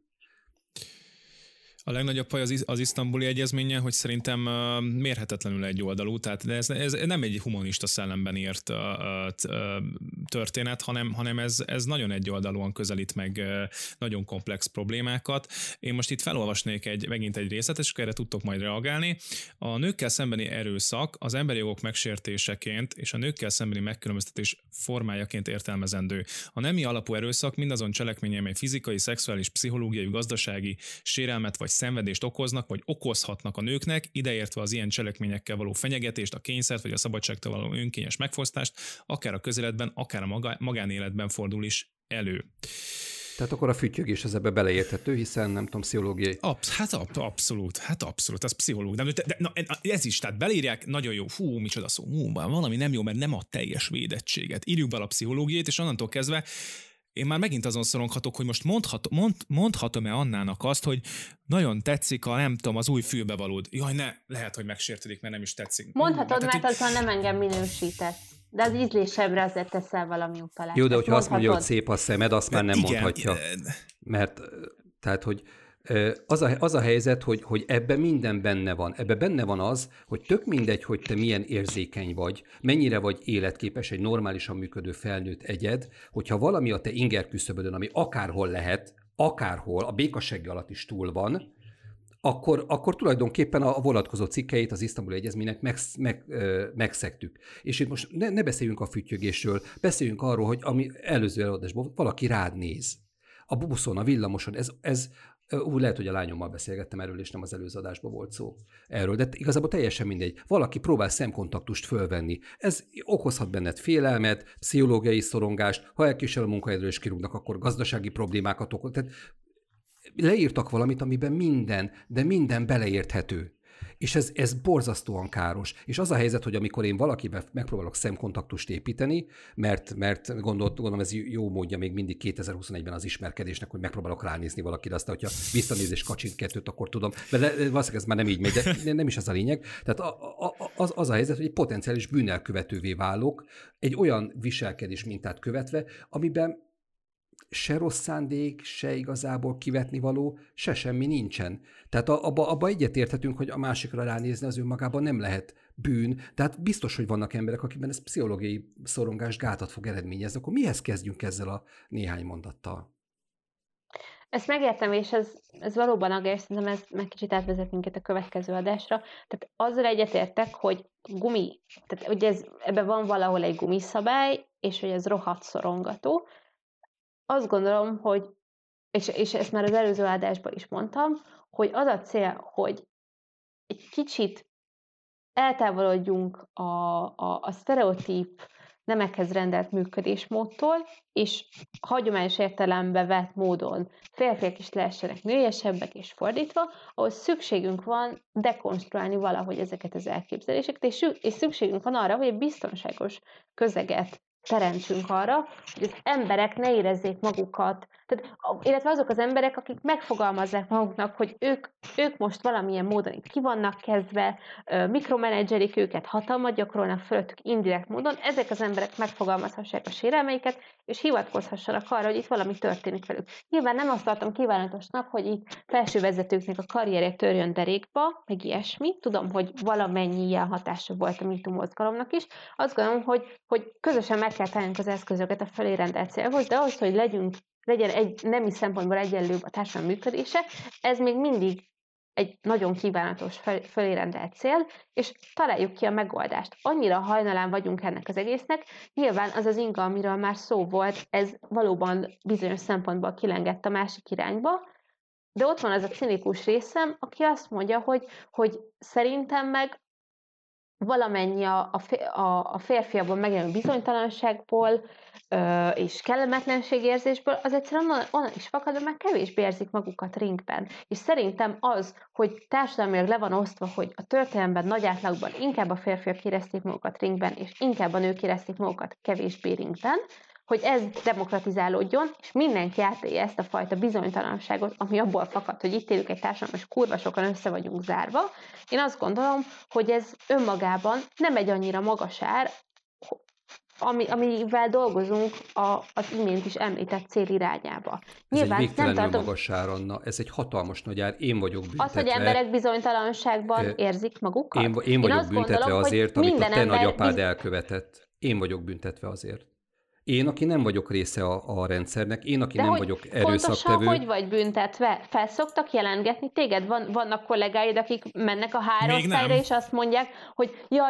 A legnagyobb baj az isztambuli egyezménnyel, hogy szerintem mérhetetlenül egyoldalú, tehát ez nem egy humanista szellemben írt történet, hanem ez nagyon egyoldalúan közelít meg nagyon komplex problémákat. Én most itt felolvasnék megint egy részletet, és erre tudtok majd reagálni. A nőkkel szembeni erőszak az emberi jogok megsértéseként és a nőkkel szembeni megkülönböztetés formájaként értelmezendő. A nemi alapú erőszak mindazon cselekménye, mely fizikai, szexuális, pszichológiai, gazdasági sérelmet vagy szenvedést okoznak, vagy okozhatnak a nőknek, ideértve az ilyen cselekményekkel való fenyegetést, a kényszert, vagy a szabadságtól való önkényes megfosztást, akár a közéletben, akár a magánéletben fordul is elő. Tehát akkor a füttyögés az ebbe beleérthető, hiszen nem tudom, pszichológiai. Abszolút, ez pszichológ. De ez is, tehát belírják, nagyon jó, micsoda szó, valami nem jó, mert nem a teljes védettséget. Írjuk bele a pszichológiát, és onnantól kezdve én már megint azon szoronghatok, hogy most mondhatom-e Annának azt, hogy nagyon tetszik nem tudom, az új fülbevalód. Jaj, ne, lehet, hogy megsértődik, mert nem is tetszik. Mondhatod, mert azzal nem engem minősítesz. De az ízlésemre azért teszel valami utalást. Jó, de hogyha azt mondja, hogy szép a szemed, azt már nem mondhatja. Mert, tehát, hogy az a helyzet, hogy ebben minden benne van. Ebben benne van az, hogy tök mindegy, hogy te milyen érzékeny vagy, mennyire vagy életképes egy normálisan működő felnőtt egyed, hogyha valami a te inger küszöbödön, ami akárhol lehet, akárhol, a békasegge alatt is túl van, akkor tulajdonképpen a vonatkozó cikkeit az Isztambuli Egyezménynek megszegtük. És itt most ne beszéljünk a füttyögésről, beszéljünk arról, hogy ami előző előadásban valaki rád néz. A buszon, a villamoson, ez lehet, hogy a lányommal beszélgettem erről, és nem az előző adásban volt szó erről, de igazából teljesen mindegy. Valaki próbál szemkontaktust fölvenni. Ez okozhat benned félelmet, pszichológiai szorongást, ha elkésel a munkahelyről és kirúgnak, akkor gazdasági problémákat okoz. Tehát leírtak valamit, amiben minden beleérthető. És ez borzasztóan káros. És az a helyzet, hogy amikor én valakivel megpróbálok szemkontaktust építeni, mert gondolom ez jó módja még mindig 2021-ben az ismerkedésnek, hogy megpróbálok ránézni valakire, aztán, hogyha visszanéz és kacsint kettőt, akkor tudom. De valószínűleg ez már nem így megy, de nem is ez a lényeg. Tehát az a helyzet, hogy egy potenciális bűnelkövetővé válok, egy olyan viselkedés mintát követve, amiben se rossz szándék, se igazából kivetni való, se semmi nincsen. Tehát abba egyetérthetünk, hogy a másikra ránézni az önmagában nem lehet bűn, tehát biztos, hogy vannak emberek, akikben ez pszichológiai szorongás gátat fog eredményezni. Akkor mihez kezdjünk ezzel a néhány mondattal? Ezt megértem, és ez valóban aggályos, szerintem ez meg kicsit átvezet minket a következő adásra. Tehát azzal egyetértek, hogy tehát ugye ebben van valahol egy gumiszabály, és hogy ez rohadt szorongató. Azt gondolom, hogy, és ezt már az előző adásban is mondtam, hogy az a cél, hogy egy kicsit eltávolodjunk a sztereotíp nemekhez rendelt működésmódtól, és hagyományos értelembe vett módon férfiak is lehessenek nőiesebbek, és fordítva, ahhoz szükségünk van dekonstruálni valahogy ezeket az elképzeléseket, és szükségünk van arra, hogy egy biztonságos közeget teremtsünk arra, hogy az emberek ne érezzék magukat, illetve azok az emberek, akik megfogalmazzák maguknak, hogy ők most valamilyen módon itt ki vannak kezdve, mikromenedzserik őket, hatalmat gyakorolnak fölöttük indirekt módon, ezek az emberek megfogalmazhassák a sérelmeiket, és hivatkozhassanak arra, hogy itt valami történik velük. Nyilván nem azt tartom kívánatosnak, hogy itt felsővezetőknek a karrierje törjön derékba, meg ilyesmi. Tudom, hogy valamennyi ilyen hatása volt a MeToo mozgalomnak is. Azt gondolom, hogy közösen meg kell tennünk az eszközöket a felé rendelt célhoz, de ahhoz, hogy legyen egy nemi szempontból egyenlőbb a társadalom működése, ez még mindig egy nagyon kívánatos felé rendelt cél, és találjuk ki a megoldást. Annyira hajnalán vagyunk ennek az egésznek, nyilván az az inga, amiről már szó volt, ez valóban bizonyos szempontból kilengett a másik irányba, de ott van az a cinikus részem, aki azt mondja, hogy szerintem meg valamennyi a férfiakban megjelenő bizonytalanságból és kellemetlenségérzésből, az egyszerűen onnan is fakad, mert kevésbé érzik magukat ringben. És szerintem az, hogy társadalmilag le van osztva, hogy a történelemben nagy átlagban inkább a férfiak érezték magukat ringben, és inkább a nők érezték magukat kevésbé ringben, hogy ez demokratizálódjon, és mindenki átélje ezt a fajta bizonytalanságot, ami abból fakad, hogy itt élünk egy társadalom, és kurva sokan össze vagyunk zárva. Én azt gondolom, hogy ez önmagában nem egy annyira magas ár, amivel dolgozunk az imént is említett cél irányába. Nyilván, ez egy végtelenül magas ár, Anna. Ez egy hatalmas nagy ár. Én vagyok büntetve. Az, hogy emberek bizonytalanságban érzik magukat. Én vagyok büntetve gondolom, azért, amit a te nagyapád elkövetett. Én vagyok büntetve azért. Én, aki nem vagyok része a rendszernek, én, aki nem vagyok erőszaktevő. Pontosan hogy vagy büntetve? Felszoktak jelentgetni téged? Vannak kollégáid, akik mennek a HR-osztályra, és azt mondják, hogy jaj,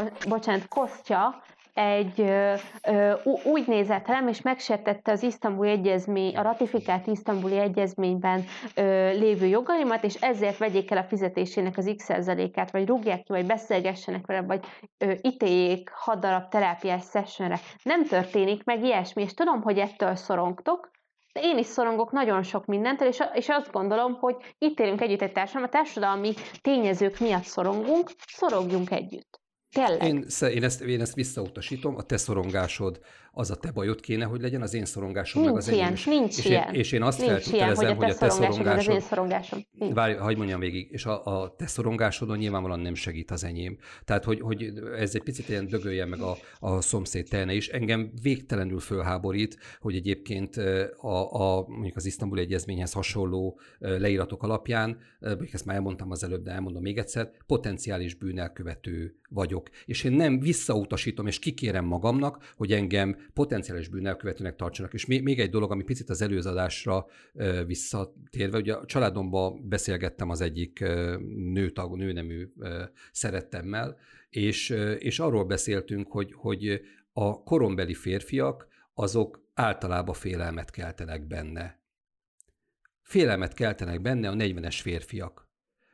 Kostya egy úgy nézett rám, és megsértette az Isztambuli Egyezmény, a ratifikált Isztambuli Egyezményben lévő jogaimat, és ezért vegyék el a fizetésének az x%-át, vagy rúgják ki, vagy beszélgessenek vele, vagy ítéljék 6 darab terápiás sessionre. Nem történik meg ilyesmi, és tudom, hogy ettől szorongtok, de én is szorongok nagyon sok mindentől, és azt gondolom, hogy itt élünk együtt egy társadalom, a társadalmi tényezők miatt szorongunk, szorogjunk együtt. Tényleg. Én ezt visszautasítom, a te szorongásod az a te bajod kéne, hogy legyen, az én szorongásom meg az enyém. És én azt feltételezem, hogy a te szorongásod... Az én szorongásom. Várj, hagyj mondjam végig. És a te szorongásodon nyilvánvalóan nem segít az enyém. Tehát, hogy ez egy picit ilyen dögöljen meg a szomszéd telne is. Engem végtelenül fölháborít, hogy egyébként mondjuk az Isztambuli Egyezményhez hasonló leíratok alapján, ezt már elmondtam az előbb, de elmondom még egyszer, potenciális bűnelkövető vagyok. És én nem visszautasítom, és kikérem magamnak, hogy engem potenciális bűnelkövetőnek tartsanak. És még egy dolog, ami picit az előzadásra visszatérve, ugye a családomban beszélgettem az egyik nőnemű szerettemmel, és arról beszéltünk, hogy a korombeli férfiak azok általában félelmet keltenek benne. Félelmet keltenek benne a 40-es férfiak.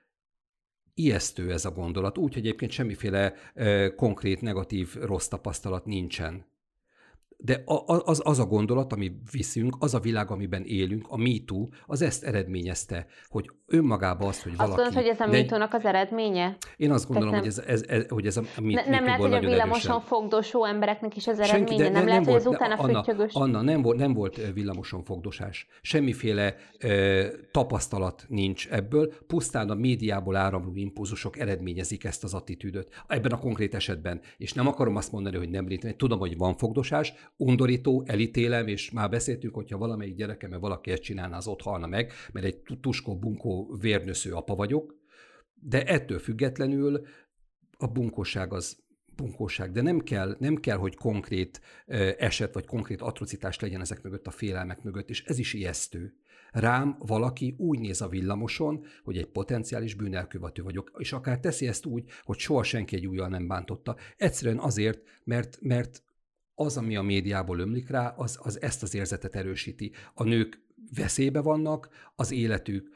Ijesztő ez a gondolat, úgy, hogy egyébként semmiféle konkrét, negatív, rossz tapasztalat nincsen. De az a gondolat, ami viszünk, az a világ, amiben élünk, a MeToo, az ezt eredményezte, hogy önmagában az, hogy valaki... Azt gondolod, hogy ez a MeToo-nak az eredménye? Én azt gondolom, hogy ez a MeToo-ból nem lehet, hogy a villamoson fogdosó embereknek is az eredménye? Nem lehet, hogy ez utána füttyögös? Anna, nem volt villamoson fogdosás. Semmiféle tapasztalat nincs ebből, pusztán a médiából áramló impulzusok eredményezik ezt az attitűdöt. Ebben a konkrét esetben. És nem akarom azt mondani, hogy nem létezik. Tudom, hogy van fogdosás, undorító, elítélem, és már beszéltünk, hogyha valamelyik gyerekem, mert valaki ezt csinálná, az ott halna meg, mert egy tuskó, bunkó, vérnösző apa vagyok, de ettől függetlenül a bunkóság az bunkóság, de nem kell, hogy konkrét eset, vagy konkrét atrocitás legyen ezek mögött, a félelmek mögött, és ez is ijesztő. Rám valaki úgy néz a villamoson, hogy egy potenciális bűnelkövető vagyok, és akár teszi ezt úgy, hogy soha senki egy ujjal nem bántotta. Egyszerűen azért, mert az, ami a médiából ömlik rá, az ezt az érzetet erősíti. A nők veszélybe vannak, az életük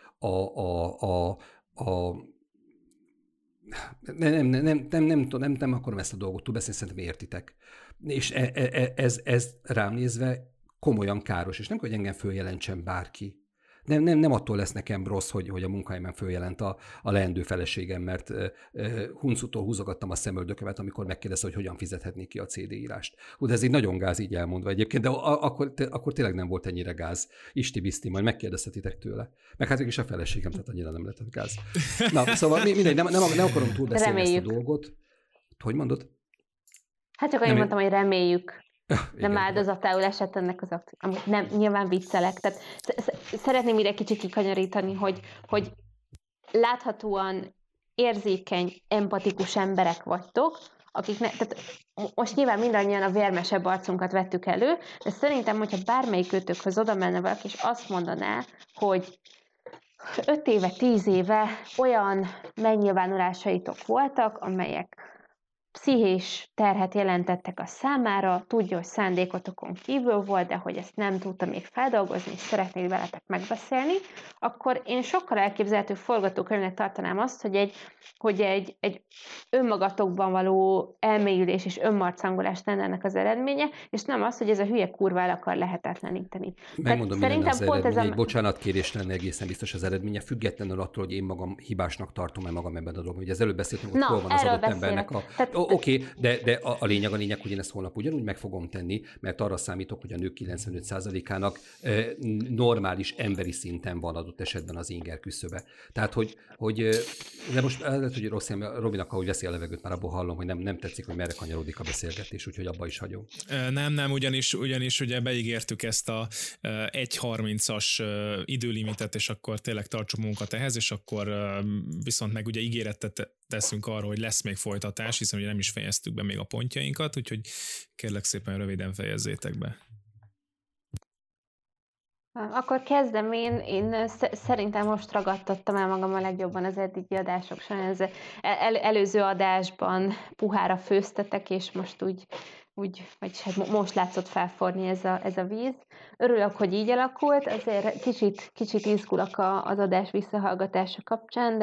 nem akarom ezt a dolgot túlbeszélni, szerintem értitek. És ez rám nézve komolyan káros, és nem kell, hogy engem följelentsen bárki. Nem attól lesz nekem rossz, hogy a munkahelyemen följelent a leendő feleségem, mert huncutól húzogattam a szemöldökömet, amikor megkérdezte, hogy hogyan fizethetnék ki a CD írást. De ez így nagyon gáz így elmondva egyébként, de akkor tényleg nem volt ennyire gáz. Isti-biszti, majd megkérdezhetitek tőle. Meg hát is a feleségem, tehát annyira nem lett gáz. Na, szóval mindegy, nem akarom túlbeszélni ezt a dolgot. Hogy mondod? Hát csak annyit mondtam, hogy reméljük. Nem áldozatául esett ennek az akció. Nem, nyilván viccelek. Tehát szeretném ide kicsit kikanyarítani, hogy láthatóan érzékeny, empatikus emberek vagytok, tehát most nyilván mindannyian a vérmesebb arcunkat vettük elő, de szerintem, hogyha bármelyik őtökhöz oda menne valaki, és azt mondaná, hogy 5 éve, 10 éve olyan megnyilvánulásaitok voltak, amelyek pszichés terhet jelentettek a számára, tudja, hogy szándékotokon kívül volt, de hogy ezt nem tudta még feldolgozni, és szeretnék veletek megbeszélni, akkor én sokkal elképzelhető forgatókönyvnek tartanám azt, hogy egy önmagatokban való elmélyülés és önmarcangolás lenne ennek az eredménye, és nem az, hogy ez a hülye kurva el akar lehetetleníteni. Megmondom, mi lenne az eredménye, egy bocsánatkérés lenne egészen biztos az eredménye, függetlenül attól, hogy én magam hibásnak tartom-e magam ebben a dologban. Ugye az előbb beszéltünk, hogy hol van az adott embernek Oké, de a lényeg, hogy én ezt holnap ugyanúgy meg fogom tenni, mert arra számítok, hogy a nők 95%-ának normális emberi szinten van adott esetben az inger küszöbe. Tehát, de most lehet, hogy rossz Robinak, ahogy veszi a levegőt, már abból hallom, hogy nem tetszik, hogy merre kanyarodik a beszélgetés, úgyhogy abba is hagyom. Nem, ugyanis ugye beígértük ezt a 1:30-as időlimitet, és akkor tényleg tartsuk magunkat ehhez, és akkor viszont meg ugye ígéretet teszünk arra, hogy lesz még folytatás, hiszen ugye nem is fejeztük be még a pontjainkat, úgyhogy kérlek szépen röviden fejezzétek be. Akkor kezdem én szerintem most ragadtattam el magam a legjobban az eddigi adások során. Az előző adásban puhára főztetek, és most vagyis hát most látszott felforni ez a víz. Örülök, hogy így alakult, azért kicsit izgulok az adás visszahallgatása kapcsán,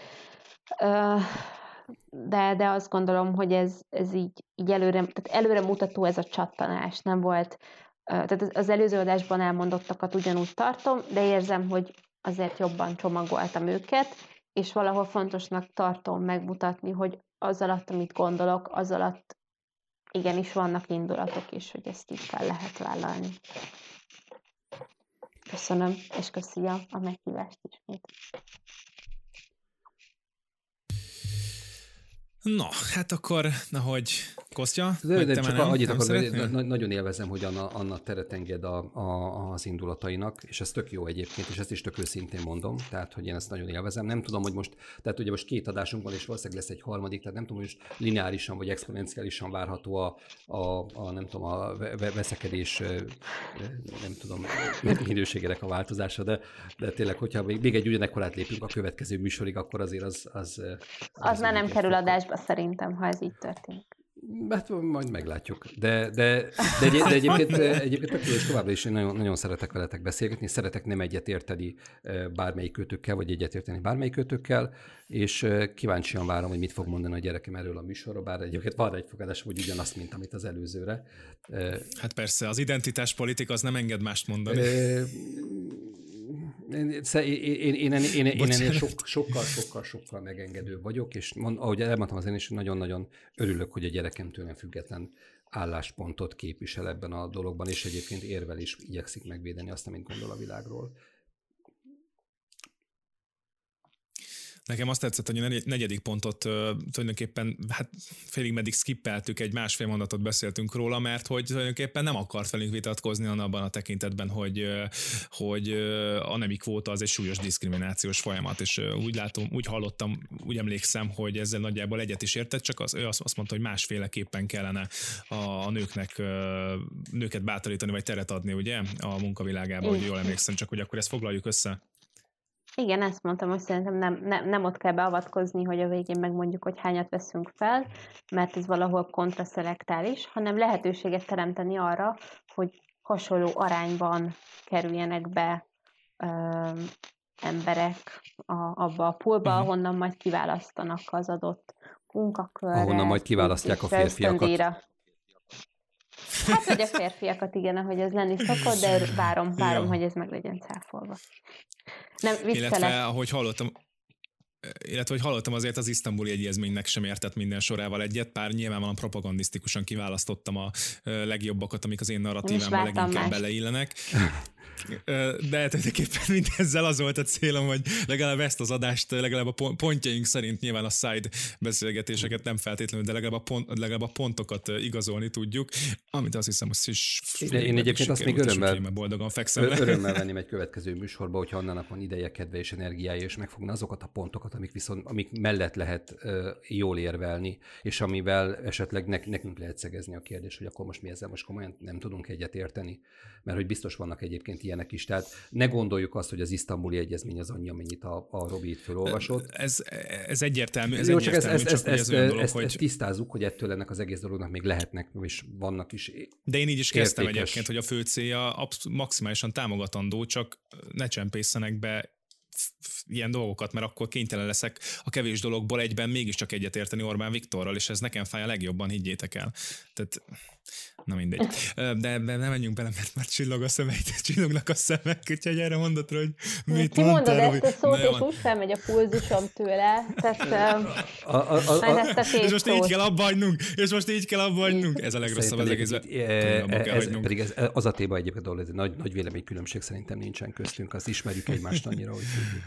de azt gondolom, hogy ez így előre mutató ez a csattanás, nem volt. Tehát az előző adásban elmondottakat ugyanúgy tartom, de érzem, hogy azért jobban csomagoltam őket, és valahol fontosnak tartom megmutatni, hogy az alatt, amit gondolok, az alatt igenis vannak indulatok is, hogy ezt így fel lehet vállalni. Köszönöm, és köszi a meghívást ismét. Na, hát akkor, ahogy Kostya, de csak annyit akarok, nagyon élvezem, hogy Anna teret enged az indulatainak, és ez tök jó egyébként, és ezt is tök őszintén mondom, tehát, hogy én ezt nagyon élvezem. Nem tudom, hogy most, tehát ugye most 2 adásunk van, és valószínűleg lesz egy harmadik, tehát nem tudom, hogy most lineárisan vagy exponenciálisan várható nem tudom, a veszekedés, nem tudom, minőségének a változása, de tényleg, hogyha még egy ugyanekkorát lépünk a következő műsorig, akkor azért az már nem kerül adásba szerintem, ha ez így történik. Hát majd meglátjuk. De egyébként tök jó, és továbbra is én nagyon szeretek veletek beszélgetni, szeretek nem egyetérteni bármelyik kötőkkel, vagy egyetérteni bármelyik kötőkkel, és kíváncsian várom, hogy mit fog mondani a gyerekem erről a műsorra, bár egyébként van egy fogadásom, hogy ugyanazt, mint amit az előzőre. Hát persze, az identitáspolitika az nem enged mást mondani. Én ennél sokkal megengedőbb vagyok, és ahogy elmondtam az én is, nagyon-nagyon örülök, hogy a gyerekem tőlem független álláspontot képvisel ebben a dologban, és egyébként érvel is igyekszik megvédeni azt, amit gondol a világról. Nekem azt tetszett, hogy a 4. pontot tulajdonképpen hát félig meddig skippeltük, egy 1,5 mondatot beszéltünk róla, mert hogy tulajdonképpen nem akart velünk vitatkozni abban a tekintetben, hogy a nemi kvóta az egy súlyos diszkriminációs folyamat, és úgy hallottam, úgy emlékszem, hogy ezzel nagyjából egyet is értett, csak ő azt mondta, hogy másféleképpen kellene a nőket bátorítani, vagy teret adni, ugye, a munkavilágában, hogy jól emlékszem, csak hogy akkor ezt foglaljuk össze. Igen, ezt mondtam, hogy szerintem nem ott kell beavatkozni, hogy a végén megmondjuk, hogy hányat veszünk fel, mert ez valahol kontraszelektális, hanem lehetőséget teremteni arra, hogy hasonló arányban kerüljenek be emberek abba a poolba, ahonnan majd kiválasztanak az adott munkakörre. Ahonnan majd kiválasztják a férfiakat. Hát, vagy a férfiakat, igen, ahogy ez lenni szokott, de várom, hogy ez meg legyen cáfolva. Nem, illetve, ahogy hallottam, azért az isztambuli egyezménynek sem értett minden sorával egyet, pár nyilvánvalóan propagandisztikusan kiválasztottam a legjobbakat, amik az én narratívámban leginkább beleillenek. De tulajdonképpen mindezzel az volt a célom, hogy legalább ezt az adást, legalább a pontjaink szerint, nyilván a side beszélgetéseket nem feltétlenül, de legalább a pontokat igazolni tudjuk, amit azt hiszem, azt is én egyébként azt még boldogan fekszem le. Örömmel venném egy következő műsorba, hogyha Annának van ideje, kedve és energiája, és megfogna azokat a pontokat, amik mellett lehet jól érvelni, és amivel esetleg nekünk lehet szegezni a kérdés, hogy akkor most mi ezzel most komolyan nem tudunk egyet érteni, mert hogy biztos vannak egyébként ilyenek is. Tehát ne gondoljuk azt, hogy az isztambuli egyezmény az annyi, amennyit a Robi itt felolvasott. Ez egyértelmű. Jó, csak ezt tisztázzuk, hogy ettől ennek az egész dolognak még lehetnek, és vannak is de én így is kezdtem egyébként, hogy a fő célja maximálisan támogatandó, csak ne csempészenek be ilyen dolgokat, mert akkor kénytelen leszek a kevés dologból egyben mégiscsak egyetérteni Orbán Viktorral, és ez nekem fáj a legjobban, higgyétek el. Tehát, na mindegy. De nem menjünk bele, mert már csillognak a szemek, úgyhogy erre mondatra, hogy mit ki mondod ezt a szót, és úgy felmegy a pulzusom tőle, tehát ezt a két és most így kell abba hagynunk, ez a legrosszabb az egész. Pedig az a téma egyébként, ahol ez egy nagy véleménykülönbség szerintem nincsen köztünk, azt ismerjük egymást annyira, hogy tudjuk.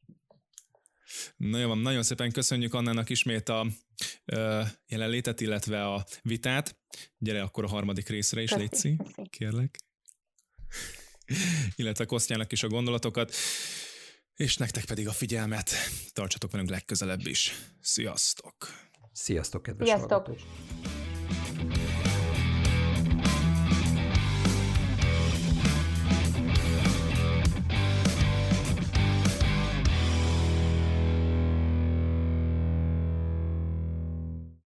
Nagyon szépen köszönjük Annának ismét a jelenlétet, illetve a vitát. Gyere akkor a harmadik részre is, Léci, kérlek. Illetve Kosztyának is a gondolatokat, és nektek pedig a figyelmet. Tartsatok velünk legközelebb is. Sziasztok! Sziasztok, kedves hallgatók!